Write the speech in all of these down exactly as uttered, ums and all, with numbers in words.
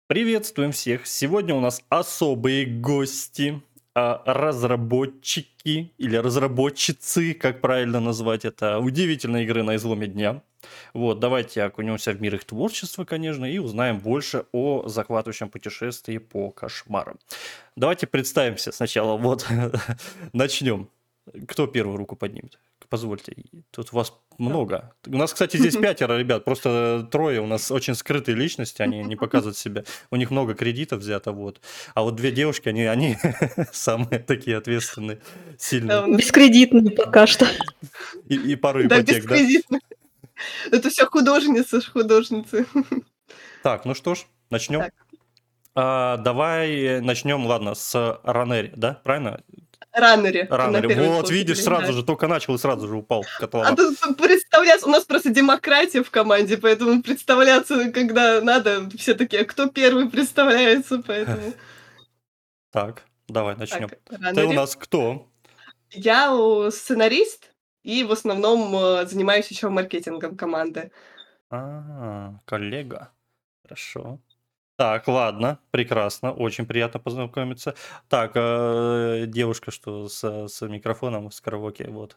Приветствуем всех! Сегодня у нас особые гости, а, разработчики или разработчицы, как правильно назвать это, удивительной игры на изломе дня. Вот, давайте окунемся в мир их творчества, конечно, и узнаем больше о захватывающем путешествии по кошмарам. Давайте представимся сначала, вот, начнем. Кто первую руку поднимет? Позвольте, и тут вас Да. много. У нас, кстати, здесь пятеро ребят, просто трое у нас очень скрытые личности, они не показывают себя. У них много кредитов взято, вот. А вот две девушки, они, они самые такие ответственные, Да, сильные. у нас Бескредитный пока что. И, и пару да, ипотек, да? бескредитно. Это все художницы ж, художницы. Так, ну что ж, начнем. Так, А, давай начнем, ладно, с Ранери, да? Правильно? раннере на Раннери. первой Вот, видишь, площади, сразу да. же, только начал и сразу же упал в А котлован. тут тут представляться, у нас просто демократия в команде, поэтому представляться, когда надо, все такие: "Кто первый представляется?" Поэтому Так, давай начнем. так, Ты у раннере. нас кто? Я, о, сценарист и в основном, э, занимаюсь еще маркетингом команды. А, коллега. Хорошо. Так, ладно, прекрасно, очень приятно познакомиться. Так, э, девушка, что с, с микрофоном, с караоке, вот.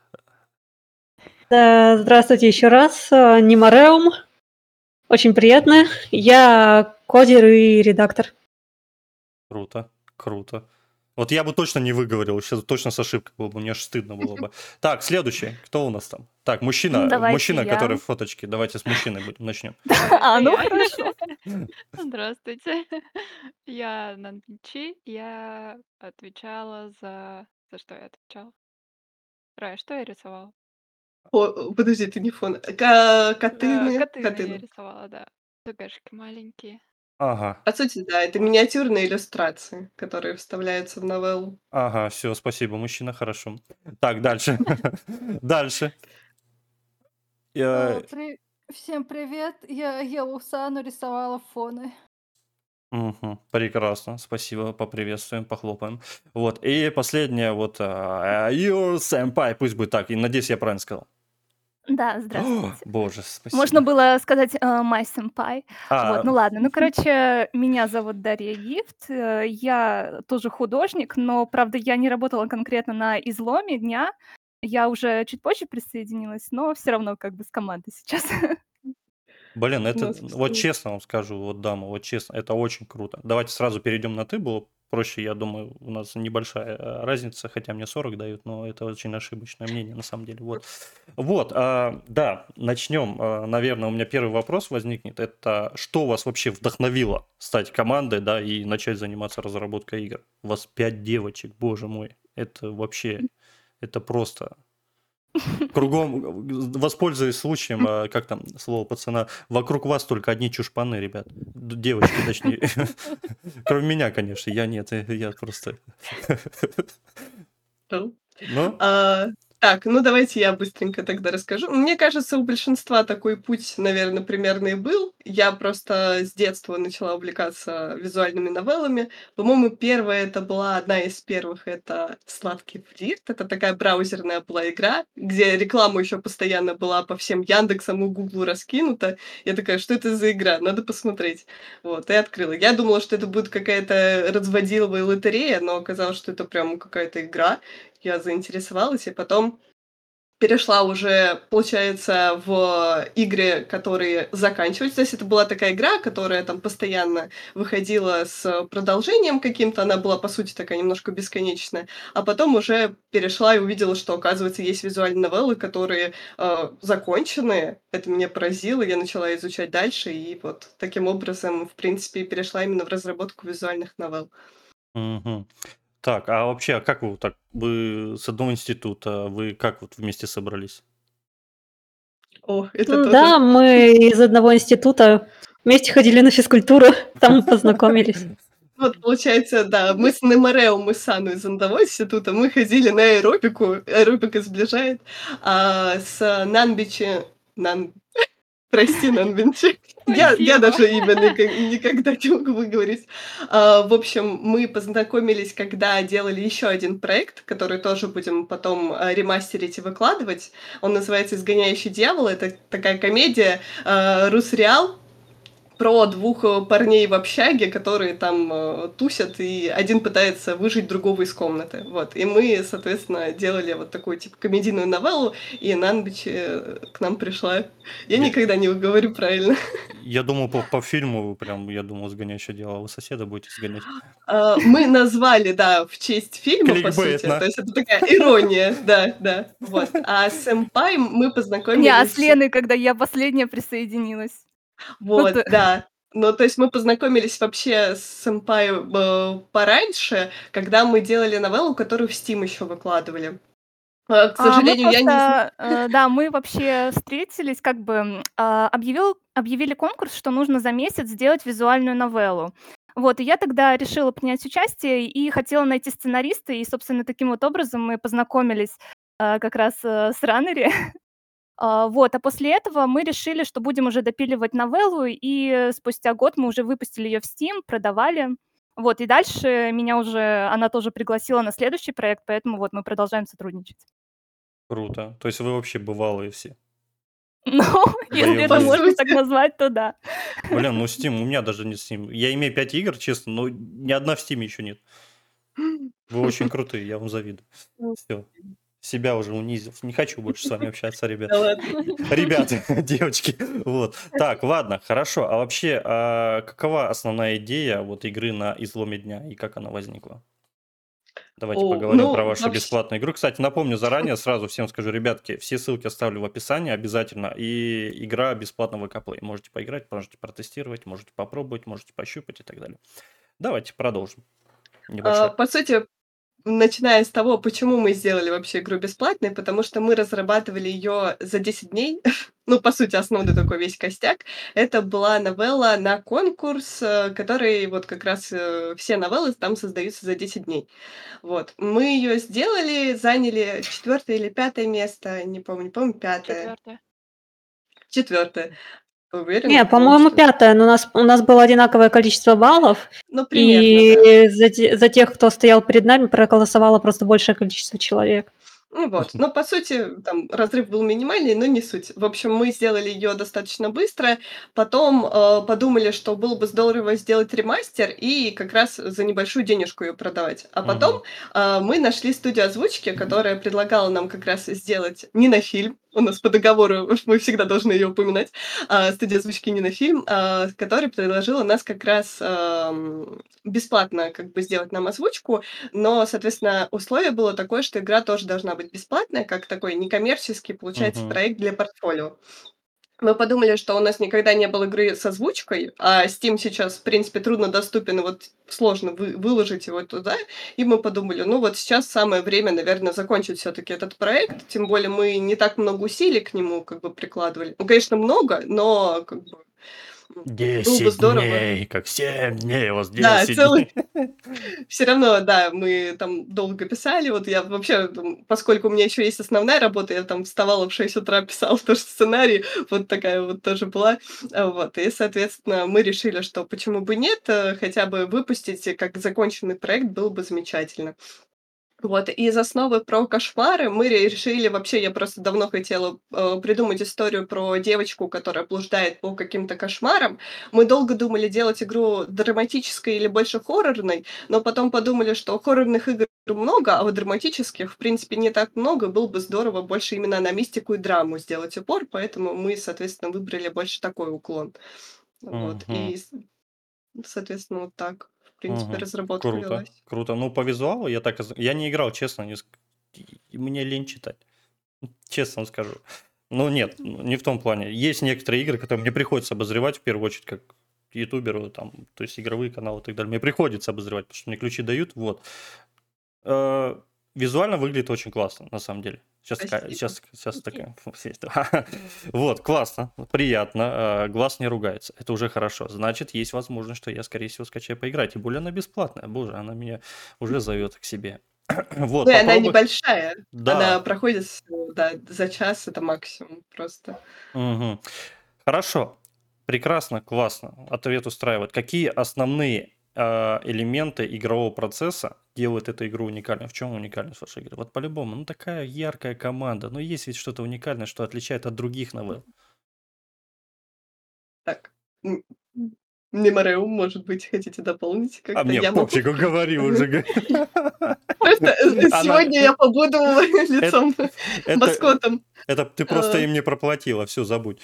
Да, здравствуйте еще раз. э, Немареум. Очень приятно. Я кодер и редактор. Круто, круто. Вот я бы точно не выговорил, сейчас точно с ошибкой было бы, мне аж стыдно было бы. Так, следующий, кто у нас там? Так, мужчина, Давайте мужчина, который я. в фоточке, давайте с мужчиной будем, начнем. А, Это ну я. хорошо. Здравствуйте. Я Нанпинчи. Я отвечала за... За что я отвечала? Рая, что я рисовала? О, подожди, ты не фон. Ка Э, Котыны, Котыны я котыны. рисовала, да. Цугашки маленькие. Ага, По сути, да, это миниатюрные иллюстрации, которые вставляются в новеллу. ага, все, спасибо, мужчина, хорошо. Так, дальше, дальше. А, Э, при- Всем привет, я Еву Сану рисовала фоны. Мгм. Прекрасно, спасибо, поприветствуем, похлопаем. Вот, и последнее, вот, а, your senpai, пусть будет так, и надеюсь, я правильно сказал. Да, О, здравствуйте. боже, Можно спасибо. было сказать э, my senpai. Вот, ну А, ладно. Ну, короче, меня зовут Дарья Гифт. э, Я тоже художник, но, правда, я не работала конкретно на изломе дня. Я уже чуть позже присоединилась, но все равно как бы с командой сейчас. блин, У это, нас вот просто честно вам скажу, вот, дама, вот честно, это очень круто. Давайте сразу перейдем на «ты», было проще, я думаю, у нас небольшая э, разница, хотя мне сорок дают, но это очень ошибочное мнение, на самом деле, вот. Вот, а, да, начнем. А, наверное, у меня первый вопрос возникнет. Это что вас вообще вдохновило стать командой, да, и начать заниматься разработкой игр? У вас пять девочек, боже мой. Это вообще, это просто кругом, э, воспользуясь случаем, а, как там слово пацана, вокруг вас только одни чушпаны, ребят. Д- Девочки, точнее. Кроме меня, конечно, я нет, э, я просто... был. Ну, А, так, ну давайте я быстренько тогда расскажу. Мне кажется, у большинства такой путь, наверное, примерно и был. Я просто с детства начала увлекаться визуальными новеллами. По-моему, первая это была одна из первых, это "Сладкий флирт". Это такая браузерная была игра, где реклама еще постоянно была по всем "Яндексам" и "Гуглу" раскинута. Я такая: "Что это за игра? Надо посмотреть". Вот, и открыла. Я думала, что это будет какая-то разводиловая лотерея, но оказалось, что это прям какая-то игра. Я заинтересовалась, и потом перешла уже, получается, в игры, которые заканчиваются. То есть это была такая игра, которая там постоянно выходила с продолжением каким-то, она была, по сути, такая немножко бесконечная. А потом уже перешла и увидела, что, оказывается, есть визуальные новеллы, которые э, закончены. Это меня поразило, я начала изучать дальше, и вот таким образом, в принципе, перешла именно в разработку визуальных новелл. мгм. Так, а вообще, а как вы вот так, вы с одного института, вы как вот вместе собрались? О, это М, тоже. Да, мы из одного института вместе ходили на физкультуру, там познакомились. Вот, получается, да, мы с Немарео, мы с Анной из одного института, мы ходили на аэробику, аэробика сближает, а с Нанбичи, Нан, прости, Нанбинчи, я, я Спасибо. даже имя никак- никогда не могу выговорить. А, в общем, мы познакомились, когда делали еще один проект, который тоже будем потом а, ремастерить и выкладывать. Он называется "Изгоняющий дьявола". Это такая комедия, а, Русреал, про двух э, парней в общаге, которые там э, тусят, и один пытается выжить другого из комнаты. Вот. И мы, соответственно, делали вот такую типа комедийную новеллу, и на ночь э, к нам пришла. Я Я, никогда не говорю правильно. я думал, по, по фильму вы прям, я думал, сгоняющее дело, а вы соседа будете сгонять. А, Мы назвали, да, в честь фильма, по сути. То Кликбейтно. есть это такая ирония, да, да. Вот. А с Сэмпай мы Не, а с познакомились... Леной, когда я последняя присоединилась. Ну, Вот, то- да. Ну, то есть мы познакомились вообще с сэмпай э, пораньше, когда мы делали новеллу, которую в Steam еще выкладывали. А, К А, мы сожалению, я не знаю. просто, э, да, мы вообще встретились, как бы м, а, объявил, объявили конкурс, что нужно за месяц сделать визуальную новеллу. Вот, и я тогда решила принять участие и хотела найти сценариста, и, собственно, таким вот образом мы познакомились э, как раз э, с Раннери. А, Вот, а после этого мы решили, что будем уже допиливать новеллу, и э, спустя год мы уже выпустили ее в Steam, продавали. Вот, и дальше меня уже, она тоже пригласила на следующий проект, поэтому вот мы продолжаем сотрудничать. Круто. То есть вы вообще бывалые все. Ну, если это По Боевые. можно так сути. назвать, то да. Блин, ну Steam, у меня даже нет Steam. Я имею пять игр, честно, но ни одна в Steam еще нет. Вы очень крутые, я вам завидую. Все. Себя уже унизил. Не хочу больше с вами общаться, ребят. Да ладно. Ребята, девочки. Вот. Так, ладно, хорошо. А вообще, а какова основная идея вот игры на изломе дня и как она возникла? Давайте О, поговорим про ну, вашу вообще, бесплатную игру. Кстати, напомню заранее, сразу всем скажу, ребятки, все ссылки оставлю в описании обязательно. И игра бесплатно в ВК Play. Можете поиграть, можете протестировать, можете попробовать, можете пощупать и так далее. Давайте продолжим. а, Небольшой. по сути, начиная с того, почему мы сделали вообще игру бесплатной, потому что мы разрабатывали ее за десять дней. Ну, по сути, основной такой весь костяк. Это была новелла на конкурс, э, который вот как раз э, все новеллы там создаются за десять дней. Вот. Мы ее сделали, заняли четвертое или пятое место, не помню, по-моему, пятое. Четвертое. Четвертое. Вы Не, уверены? по-моему, что- пятое, но у нас, у нас было одинаковое количество баллов, Ну, примерно, да. и за, те- за тех, кто стоял перед нами, проголосовало просто большее количество человек. Ну вот. Но по сути, там разрыв был минимальный, но не суть. В общем, мы сделали ее достаточно быстро. Потом э, подумали, что было бы здорово сделать ремастер и как раз за небольшую денежку ее продавать. А потом Мгм. э, мы нашли студию озвучки, которая предлагала нам как раз сделать не на фильм. У нас по договору мы всегда должны ее упоминать. А, студия озвучки не на фильм, а, которая предложила нас как раз ам, бесплатно как бы сделать нам озвучку. Но, соответственно, условие было такое, что игра тоже должна быть бесплатная, как такой некоммерческий, получается, Мгм. проект для портфолио. Мы подумали, что у нас никогда не было игры с озвучкой, а Steam сейчас, в принципе, трудно доступен, и вот сложно вы- выложить его туда. И мы подумали, ну вот сейчас самое время, наверное, закончить все-таки этот проект. Тем более мы не так много усилий к нему как бы прикладывали. Ну, конечно, много, но как бы м, было бы десять здорово. дней, как семь дней, у вас Да, десять целый дней. все равно, да, мы там долго писали. Вот я вообще, там, поскольку у меня еще есть основная работа, я там вставала в шесть утра, писала тоже сценарий, вот такая вот тоже была. А, Вот, и, соответственно, мы решили, что почему бы нет, э, хотя бы выпустить э, как законченный проект было бы замечательно. Вот, и из основы про кошмары мы ре- решили, вообще, я просто давно хотела э, придумать историю про девочку, которая блуждает по каким-то кошмарам. Мы долго думали, делать игру драматической или больше хоррорной, но потом подумали, что хоррорных игр много, а вот драматических, в принципе, не так много. Было бы здорово больше именно на мистику и драму сделать упор, поэтому мы, соответственно, выбрали больше такой уклон. Вот, Мгм. и, с- соответственно, вот так, в принципе, Мгм. разработка Круто, велась. круто. Ну, по визуалу я так и з- я не играл, честно, не ск- и мне лень читать, честно вам скажу. Ну, нет, ну, не в том плане. Есть некоторые игры, которые мне приходится обозревать, в первую очередь, как ютуберу, там, то есть игровые каналы и так далее. Мне приходится обозревать, потому что мне ключи дают, вот. Э, Визуально выглядит очень классно, на самом деле. Сейчас такая, Спасибо. сейчас, сейчас Окей. такая, фу, сесть. Вот, классно, приятно, э, глаз не ругается, это уже хорошо. Значит, есть возможность, что я, скорее всего, скачаю поиграть. Тем более она бесплатная, боже, она меня уже зовет к себе. Ну, Вот, и она попробуй. небольшая. Она Да, проходит всего, да, за час, это максимум просто. мгм. Хорошо, прекрасно, классно, ответ устраивает. Какие основные а, элементы игрового процесса делают эту игру уникальной? В чем уникальность вашей игры? Вот по-любому, ну такая яркая команда, но есть ведь что-то уникальное, что отличает от других новелл. Так. М, Мемореум, может быть, хотите дополнить А как-то? мне Я могу. пофигу, говори уже. г- Просто э, Она... сегодня я побуду Это, лицом, это, маскотом. это ты просто Э, им не проплатила, все, забудь.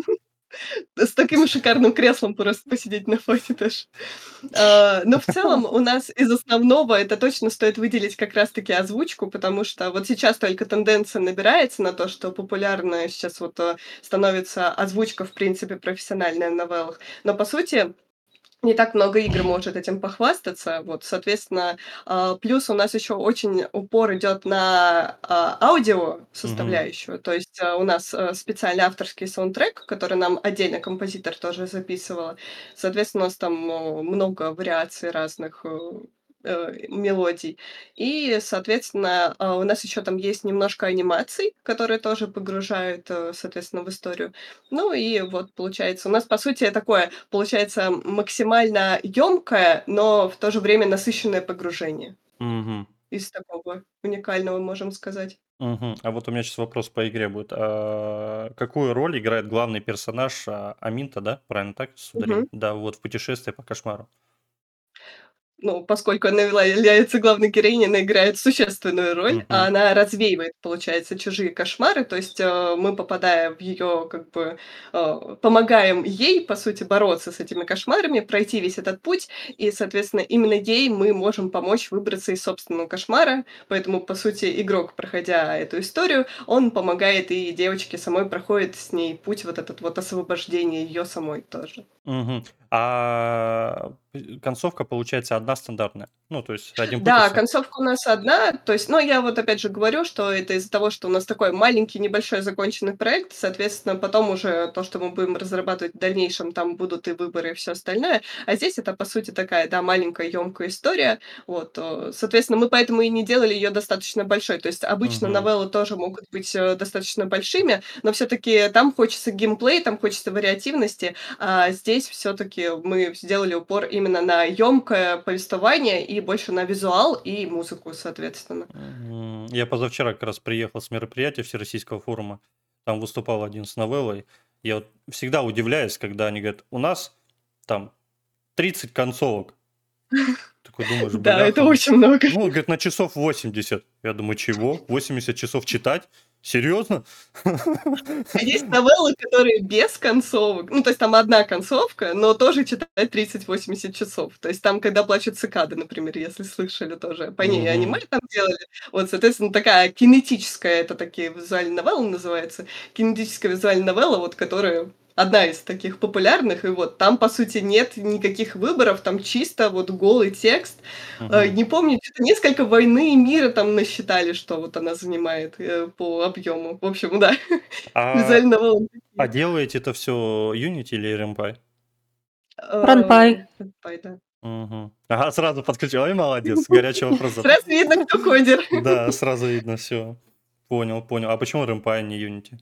С таким шикарным креслом просто посидеть на фоне тоже. А, но в целом у нас из основного это точно стоит выделить как раз-таки озвучку, потому что вот сейчас только тенденция набирается на то, что популярная сейчас вот э, становится озвучка, в принципе, профессиональная в новеллах. Но по сути не так много игр может этим похвастаться. Вот, соответственно, а, плюс у нас еще очень упор идет на а, аудио Мгм. составляющую. То есть а, у нас а, специальный авторский саундтрек, который нам отдельно композитор тоже записывала. Соответственно, у нас там ну, много вариаций разных э, э, мелодий. И, соответственно, а, у нас еще там есть немножко анимаций, которые тоже погружают, э, соответственно, в историю. Ну и вот получается, у нас, по сути, такое, получается, максимально ёмкое, но в то же время насыщенное погружение. Мгм. Из такого уникального, можем сказать. Мгм. А вот у меня сейчас вопрос по игре будет. А, какую роль играет главный персонаж а, Аминта, да? Правильно так, с Мгм. ударением? Да, вот в «Путешествии по кошмару». Ну, поскольку она явля является главной героиней, она играет существенную роль, а Мгм. она развеивает, получается, чужие кошмары. То есть, э, мы, попадая в ее, как бы, э, помогаем ей, по сути, бороться с этими кошмарами, пройти весь этот путь, и, соответственно, именно ей мы можем помочь выбраться из собственного кошмара. Поэтому, по сути, игрок, проходя эту историю, он помогает и девочке самой, проходит с ней путь вот этот вот освобождения ее самой тоже. Мгм. А п- концовка получается одна стандартная. Ну, то есть один путь и Да, все. концовка у нас одна. То есть, ну, я вот опять же говорю, что это из-за того, что у нас такой маленький, небольшой законченный проект, соответственно, потом уже то, что мы будем разрабатывать в дальнейшем, там будут и выборы, и все остальное. А здесь это, по сути, такая, да, маленькая, ёмкая история. Вот, э, соответственно, мы поэтому и не делали ее достаточно большой. То есть обычно Мгм. новеллы тоже могут быть э, достаточно большими, но все-таки там хочется геймплей, там хочется вариативности, а здесь все-таки мы сделали упор именно на ёмкое повествование и больше на визуал и музыку, соответственно. М, Я позавчера как раз приехал с мероприятия Всероссийского форума. Там выступал один с новеллой. Я вот всегда удивляюсь, когда они говорят, у нас там тридцать концовок. Такой думаешь, Да, это бляха. очень много. Ну, говорит, на часов восемьдесят. Я думаю, чего? восемьдесят часов читать? Серьезно? А есть новеллы, которые без концовок. Ну, то есть там одна концовка, но тоже читать тридцать-восемьдесят часов. То есть там, когда плачут цикады, например, если слышали тоже. По ней аниме Мгм. там делали. Вот, соответственно, такая кинетическая, это такие визуальные новеллы называется. Кинетическая визуальная новелла, вот, которая одна из таких популярных, и вот там, по сути, нет никаких выборов, там чисто вот голый текст. Э, Мгм. не помню, чё-то несколько «Войны и мира» там насчитали, что вот она занимает, э, по объему. В общем, да. А, Визуальные новеллы а такие. делаете это все Unity или RenPy? Ранпай. Э, Senpai, да. Мгм. Ага, сразу подключил. Ой, молодец. Горячий вопрос задал. Сразу видно, кто кодер. Да, сразу видно все. Понял, понял. А почему RenPy, а не Unity?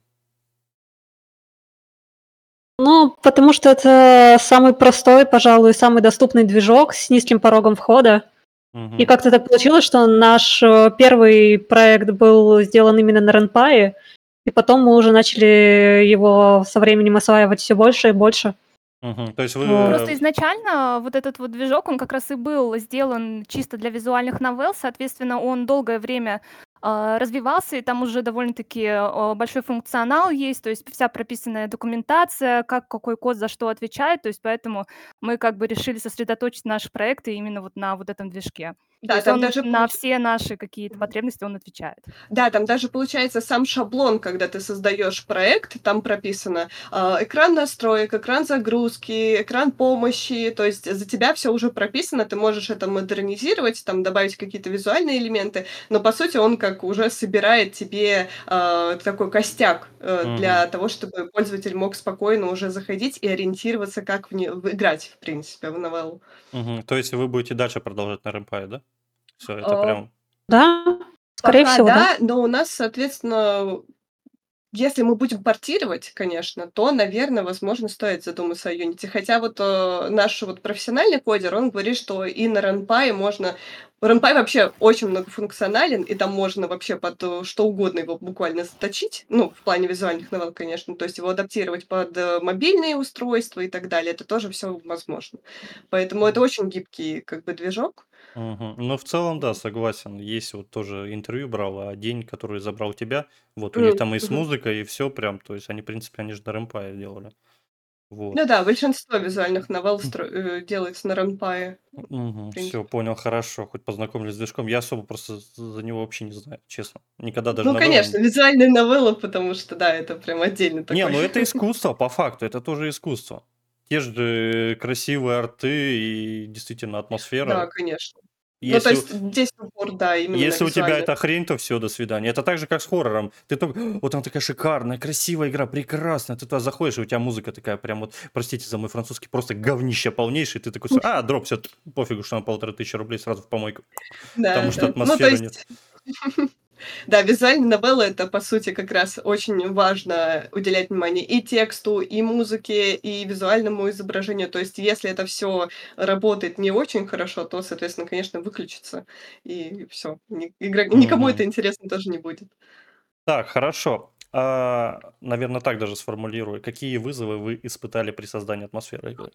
Ну, потому что это самый простой, пожалуй, самый доступный движок с низким порогом входа. И Мгм. как-то так получилось, что наш э, первый проект был сделан именно на Ренпае, и потом мы уже начали его со временем осваивать все больше и больше. Мгм. То есть вы... Вот. Просто э, изначально вот этот вот движок, он как раз и был сделан чисто для визуальных новелл, соответственно, он долгое время а, развивался, и там уже довольно-таки а, большой функционал есть, то есть вся прописанная документация, как какой код за что отвечает, то есть поэтому мы как бы решили сосредоточить наши проекты именно вот на вот этом движке. То Да, есть там он даже на получ все наши какие-то потребности он отвечает. Да, там даже получается сам шаблон, когда ты создаешь проект, там прописано а, экран настроек, экран загрузки, экран помощи, то есть за тебя все уже прописано, ты можешь это модернизировать, там добавить какие-то визуальные элементы, но по сути он как уже собирает тебе а, такой костяк э, Мгм. для того, чтобы пользователь мог спокойно уже заходить и ориентироваться, как в не- в- играть, в принципе, в новеллу. Мгм. То есть вы будете дальше продолжать на RenPy, да? Все, это А, прям... Да, скорее Пока всего, да. да, но у нас, соответственно, Если мы будем портировать, конечно, то, наверно, возможно, стоит задуматься о Unity. Хотя вот, э, наш вот профессиональный кодер, он говорит, что и на RunPy можно RunPy вообще очень многофункционален, и там можно вообще под, э, что угодно его буквально заточить. Ну, в плане визуальных новелл, конечно. То есть его адаптировать под, э, мобильные устройства и так далее. Это тоже всё возможно. Поэтому это очень гибкий как бы движок. Мгм. Ну, в целом, да, согласен. Есть вот тоже интервью брал, а день, который забрал у тебя, вот у них М, там и с мгм. музыкой, и всё прям. То есть они, в принципе, они же на RunPy делали. Вот. Ну да, большинство визуальных новелл стро э, делается на RunPy. В Мгм. Всё, принципе. понял, хорошо. Хоть познакомились с движком. Я особо просто з за него вообще не знаю, честно. Никогда даже Ну, новеллы конечно, н визуальные новеллы, потому что, да, это прям отдельный Не, такой. ну это искусство, по факту, это тоже искусство. Те же красивые арты и действительно Да, атмосфера. конечно. Ну, то Если у есть здесь упор, да, именно на если у тебя визуальных. эта хрень, то всё, до свидания. Это так же, как с хоррором. Ты только: "Вот она такая шикарная, красивая игра, прекрасная". Ты туда заходишь, и у тебя музыка такая прям вот, простите за мой французский, просто говнище полнейшее. Ты такой: "Всё, а, дроп, всё, пофигу, что она полторы тысячи рублей, сразу в помойку". Потому Да, что да. Ну, то атмосферы нет. есть, да, визуальные новеллы- это, по сути, как раз очень важно уделять внимание и тексту, и музыке, и визуальному изображению. То есть если это всё работает не очень хорошо, то, соответственно, конечно, выключится, и всё. Ни игра никому это Мгм. интересно тоже не будет. Так, хорошо. А, наверно, так даже сформулирую. Какие вызовы вы испытали при создании атмосферы игры?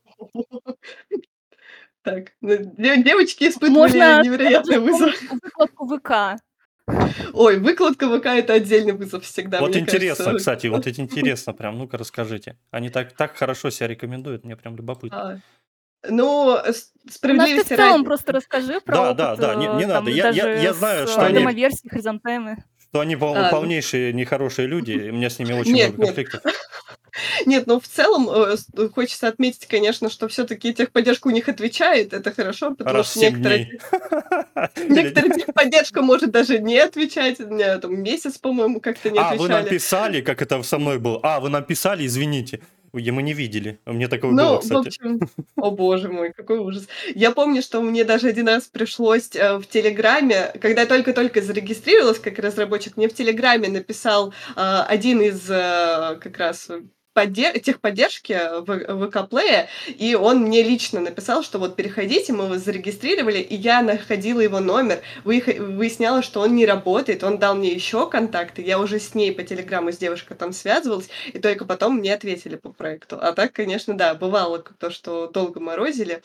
Так, ну, де девочки испытывали Можно сразу невероятный вызов. вспомнить выкладку ВК. Ой, выкладка ВК- это отдельный вызов всегда, Вот мне кажется. интересно, кстати, вот это интересно прям. Ну-ка, расскажите. Они так так хорошо себя рекомендуют, мне прям любопытно. А, ну, с Ну, Наш, ты в справедливости целом ради просто расскажи про Да, опыт, да, да, не э, не надо. там Я я даже я с знаю, что А, ну они демоверсией Хризантемы. что они пол А, ну полнейшие нехорошие люди, и у меня с ними очень Нет, много нет. конфликтов. Нет, ну, в целом, э, с хочется отметить, конечно, что всё-таки техподдержка у них отвечает. Это хорошо, потому Раз в что семь некоторая дней. тех Или некоторая техподдержка может даже не отвечать. У меня там месяц, по-моему, как-то не А, вы нам отвечали. писали, как это со мной было? А, вы нам писали, извините. Ой, мы не видели. У меня такое было, Ну, в кстати. общем, о боже мой, какой ужас. Я помню, что мне даже один раз пришлось, э, в "Телеграме", когда я только-только зарегистрировалась как разработчик, мне в "Телеграме" написал, а, один из, э, как раз подде техподдержки в ВК-плея, и он мне лично написал, что вот переходите, мы вас зарегистрировали, и я находила его номер, выеха выясняла, что он не работает, он дал мне еще контакты, я уже с ней по "Телеграму", с девушкой там связывалась, и только потом мне ответили по проекту. А так, конечно, да, бывало к то, что долго морозили.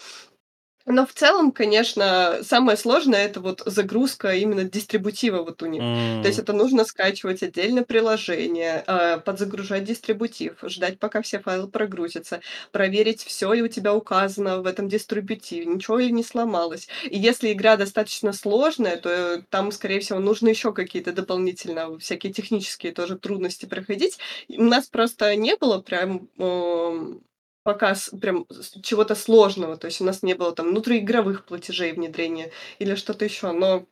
Но в целом, конечно, самое сложное- это вот загрузка именно дистрибутива вот у них. То есть М. это нужно скачивать отдельно приложение, а, подзагружать дистрибутив, ждать, пока все файлы прогрузятся, проверить, всё ли у тебя указано в этом дистрибутиве, ничего ли не сломалось. И если игра достаточно сложная, то там, скорее всего, нужно еще какие-то дополнительно всякие технические тоже трудности проходить. И у нас просто не было прям, ам, пока с прям с чего-то сложного. То есть у нас не было там внутриигровых платежей внедрения или что-то еще. Но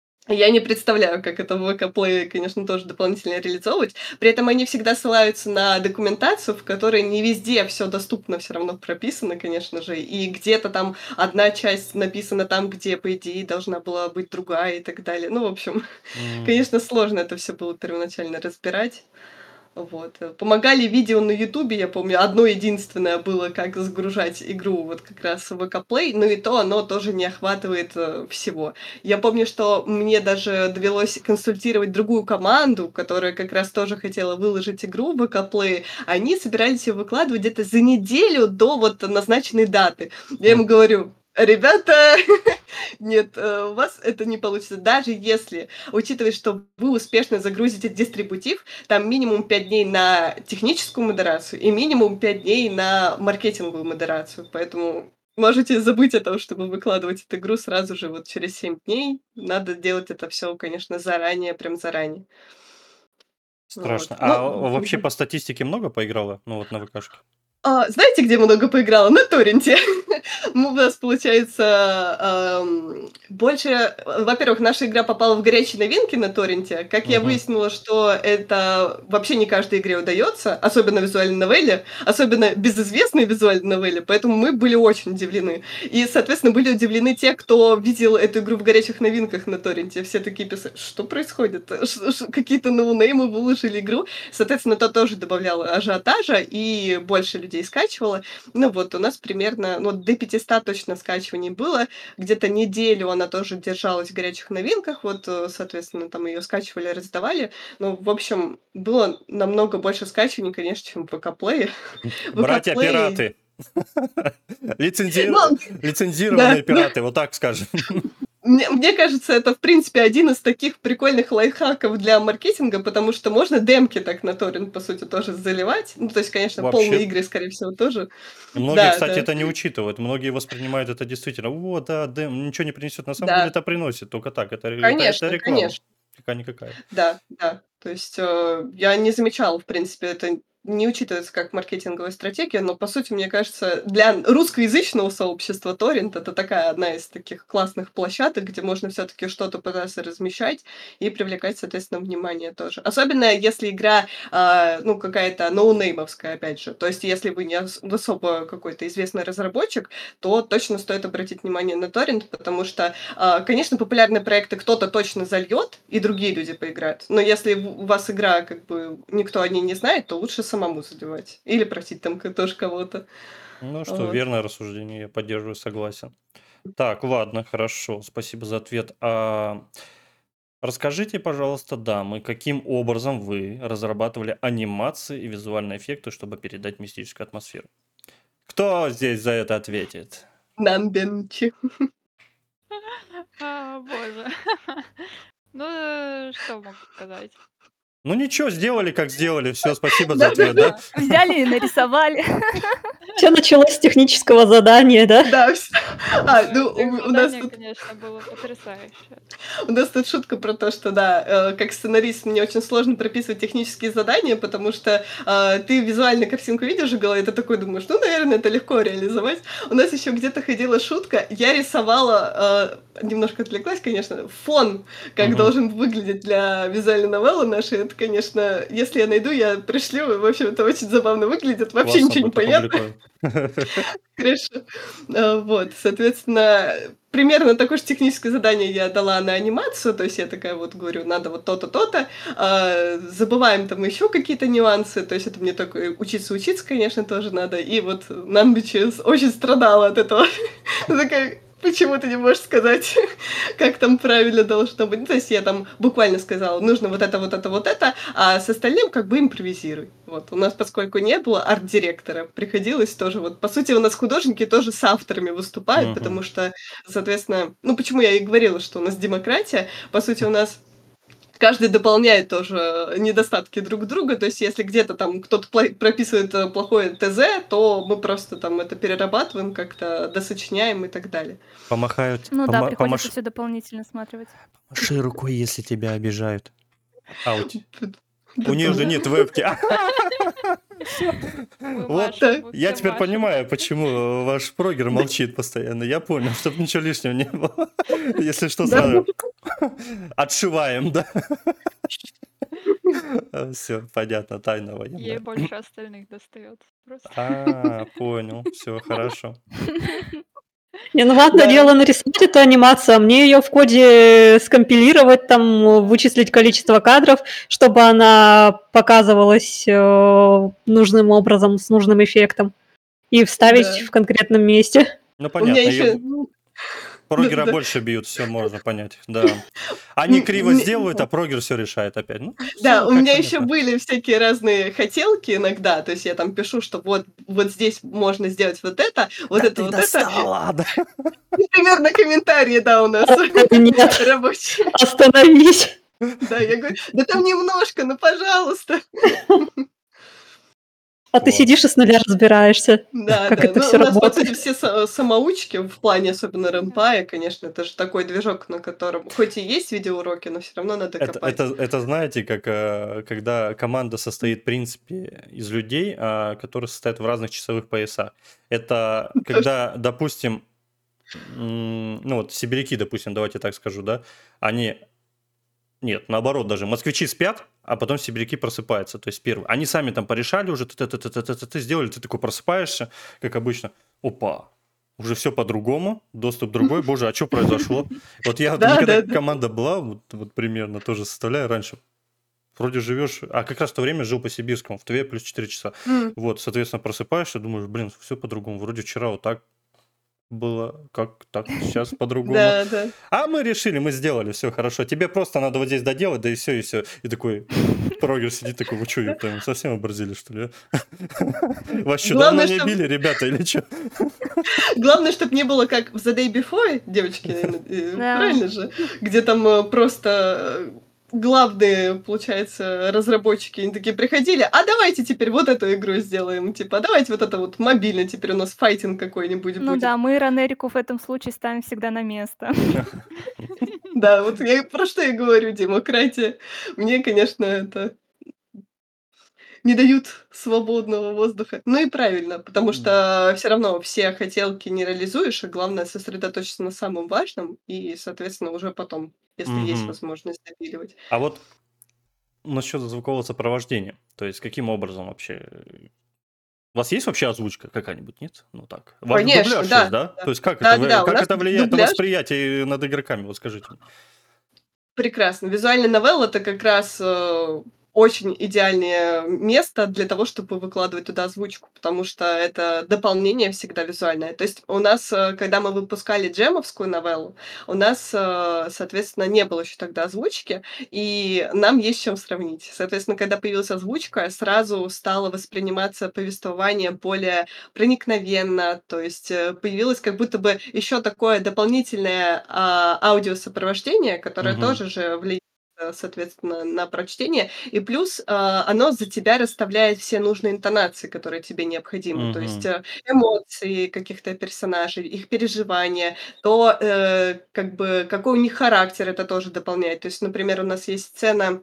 я не представляю, как это в ВК-плее, конечно, тоже дополнительно реализовывать. При этом они всегда ссылаются на документацию, в которой не везде всё доступно всё равно прописано, конечно же. И где-то там одна часть написана там, где, по идее, должна была быть другая и так далее. Ну, в общем, М. конечно, сложно это всё было первоначально разбирать. Вот. Помогали видео на "Ютубе", я помню, одно единственное было, как загружать игру вот как раз в ВК-плей, но и то оно тоже не охватывает, э, всего. Я помню, что мне даже довелось консультировать другую команду, которая как раз тоже хотела выложить игру в ВК-плей. Они собирались её выкладывать где-то за неделю до вот назначенной даты. Я М. им говорю: "Ребята, нет, э, у вас это не получится". Даже если учитывать, что вы успешно загрузите дистрибутив, там минимум пять дней на техническую модерацию и минимум пять дней на маркетинговую модерацию. Поэтому можете забыть о том, чтобы выкладывать эту игру сразу же вот через семь дней. Надо делать это всё, конечно, заранее, прям заранее. Вот. Страшно. Ну, А м, вообще мгм. по статистике много поиграло? Ну, вот на ВКшке? А, знаете, где много поиграла? На торренте. Ну, у нас получается, ам, больше, э, во-первых, наша игра попала в горячие новинки на торренте. Как я Мгм. выяснила, что это вообще не каждой игре удается, особенно визуальной новелле, особенно безызвестной визуальной новелле, поэтому мы были очень удивлены. И, соответственно, были удивлены те, кто видел эту игру в горячих новинках на торренте. Все такие писали: что происходит? Ш- ш- Какие-то ноунеймы выложили игру. Соответственно, это тоже добавляло ажиотажа, и больше людей скачивало. Ну вот, у нас примерно, ну, до пятисот точно скачиваний было. Где-то неделю она тоже держалась в горячих новинках. Вот, э, соответственно, там ее скачивали, раздавали. Ну, в общем, было намного больше скачиваний, конечно, чем в ви кей-плее. ви кей-плей... Братья-пираты. Лицензи- Ну, Лицензированные да, пираты, вот так скажем. Мне, мне кажется, это, в принципе, один из таких прикольных лайфхаков для маркетинга, потому что можно демки так на торрент, по сути, тоже заливать. Ну, то есть, конечно, полные Вообще, игры, скорее всего, тоже. многие, Да, кстати, да, это не учитывают. Многие воспринимают это действительно: вот, да, дэм ничего не принесет. На самом деле да. это приносит, только так. Это, ре- это, это Конечно, реклама. конечно. Какая-никакая. Да, да. То есть, э, я не замечала, в принципе, это не учитывается как маркетинговая стратегия, но, по сути, мне кажется, для русскоязычного сообщества торрент — это такая одна из таких классных площадок, где можно все таки что-то пытаться размещать и привлекать, соответственно, внимание тоже. Особенно если игра, а, ну, какая-то ноунеймовская, опять же. То есть если вы не ос особо какой-то известный разработчик, то точно стоит обратить внимание на торрент, потому что, а, конечно, популярные проекты кто-то точно зальет, и другие люди поиграют. Но если в- у вас игра, как бы, никто о ней не знает, то лучше самому заливать. Или просить там к- тоже кого-то. Ну что, Вот. верное рассуждение, я поддерживаю, согласен. Так, ладно, хорошо, спасибо за ответ. А расскажите, пожалуйста, дамы, каким образом вы разрабатывали анимации и визуальные эффекты, чтобы передать мистическую атмосферу? Кто здесь за это ответит? Намбенчи. А, боже. Ну, э, что могу сказать? Ну ничего, сделали, как сделали. Все, спасибо за Да, ответ, да? Да. Взяли и нарисовали. Все началось с технического задания, да? да, всё. А, Ой, ну, тех у у нас задание, тут конечно, было потрясающе. У нас тут шутка про то, что да, э, как сценарист мне очень сложно прописывать технические задания, потому что э, ты визуально картинку видишь в голове, и ты такой думаешь, ну, наверное, это легко реализовать. У нас еще где-то ходила шутка, я рисовала, э, немножко отвлеклась, конечно, фон, как Мгм. должен выглядеть для визуальной новеллы нашей. Это, конечно, если я найду, я пришлю. В общем, это очень забавно выглядит, вообще Классно ничего не будет понятно. опубликовать. Хорошо. А, вот, соответственно, примерно такое же техническое задание я дала на анимацию, то есть я такая вот говорю, надо вот то-то, то-то, а, забываем там еще какие-то нюансы, то есть это мне только учиться-учиться, конечно, тоже надо, и вот Намбичи очень страдала от этого. Она такая: почему ты не можешь сказать, как там правильно должно быть? Ну, то есть я там буквально сказала, нужно вот это, вот это, вот это, а с остальным как бы импровизируй. Вот. У нас, поскольку не было арт-директора, приходилось тоже вот, по сути, у нас художники тоже с авторами выступают, Мгм. потому что, соответственно, ну, почему я и говорила, что у нас демократия, по сути, у нас каждый дополняет тоже недостатки друг друга. То есть, если где-то там кто-то пла- прописывает э, плохое ТЗ, то мы просто там это перерабатываем, как-то досочиняем и так далее. Помахают, Ну да, пома- приходится помаш- все дополнительно сматривать. помаши рукой, если тебя обижают. Ауть. Да, У нее же да. нет вебки. Мы Вот, машем, Так. мы я все теперь машем. понимаю, почему ваш прогер молчит постоянно. Я понял, чтобы ничего лишнего не было. Если что, Да. сразу отшиваем, да? Все, понятно, тайна Ей военная. больше остальных достается. Просто. А, понял, все, хорошо. Не, ну ладно, Да. дело нарисовать эту анимацию, а мне ее в коде скомпилировать, там, вычислить количество кадров, чтобы она показывалась э, нужным образом, с нужным эффектом, и вставить Да. в конкретном месте. Ну, У меня понятно, еще... ее прогера Да-да-да. больше бьют, все можно понять, да. Они М, криво м, сделают, а прогер все решает опять. Ну, Да, все у как меня еще понятно. были всякие разные хотелки иногда. То есть я там пишу, что вот, вот здесь можно сделать вот это, вот Да это, ты вот это. достала, да. И примерно комментарии, да, у нас Нет, рабочие. остановись. Да, я говорю, да там немножко, ну пожалуйста. А ты Вот. сидишь и с нуля разбираешься, Да, как да. это Ну, все у нас, по сути, работает. все са- самоучки в плане, особенно рэмпая, конечно, это же такой движок, на котором хоть и есть видеоуроки, но все равно надо Это, копать. это, это знаете, как э, когда команда состоит, в принципе, из людей, а, которые состоят в разных часовых поясах. Это когда, допустим, м, ну вот сибиряки, допустим, давайте так скажу, да, они, нет, наоборот даже, москвичи спят, а потом сибиряки просыпаются, то есть первые. Они сами там порешали уже, ты, ты, ты, ты, ты, ты, ты сделали, ты такой просыпаешься, как обычно, опа, уже все по-другому, доступ другой, боже, а что произошло? Вот я, вот, у меня Да, когда да, да. команда была, вот, вот примерно тоже составляю раньше, вроде живешь, а как раз в то время жил по сибирскому, в Тве плюс четыре часа. М. Вот, соответственно, просыпаешься, думаешь, блин, все по-другому, вроде вчера вот так было, как так, сейчас по-другому. Да, да. А мы решили, мы сделали, все хорошо. Тебе просто надо вот здесь доделать, да и все, и все. И такой прогер сидит такой, вы что, там совсем оборзели, что ли? а? Вас что, давно Главное, не чтоб- били, ребята, или что? Главное, чтобы не было как в The Day Before, девочки, э, Да. правильно же? Где там э, просто э, главные, получается, разработчики, они такие приходили, а давайте теперь вот эту игру сделаем, типа, а давайте вот это вот мобильно, теперь у нас файтинг какой-нибудь Ну будет. да, мы Ранерику в этом случае ставим всегда на место. Да, вот я про что я говорю, демократия. Мне, конечно, это не дают свободного воздуха. Ну и правильно, потому что все равно все хотелки не реализуешь, а главное сосредоточиться на самом важном и, соответственно, уже потом, если есть Мгм. возможность, допиливать. А вот насчет звукового сопровождения, то есть каким образом вообще? У вас есть вообще озвучка какая-нибудь, нет? Ну так. У вас же Конечно, дубляж да, есть, да? да. То есть как это, вы- Да-да-да, у как нас это влияет на дубляж. восприятие над игроками, вот скажите мне. Прекрасно. Визуальный новелл — это как раз, э, очень идеальное место для того, чтобы выкладывать туда озвучку, потому что это дополнение всегда визуальное. То есть у нас, э, когда мы выпускали джемовскую новеллу, у нас, э, соответственно, не было еще тогда озвучки, и нам есть с чем сравнить. Соответственно, когда появилась озвучка, сразу стало восприниматься повествование более проникновенно, то есть, э, появилось как будто бы еще такое дополнительное, а, аудиосопровождение, которое Мгм. тоже же влияет, э, соответственно, на прочтение. И плюс, а, оно за тебя расставляет все нужные интонации, которые тебе необходимы. То есть, Мгм. э, эмоции каких-то персонажей, их переживания, то, э, как бы какой у них характер, это тоже дополняет. То есть, например, у нас есть сцена,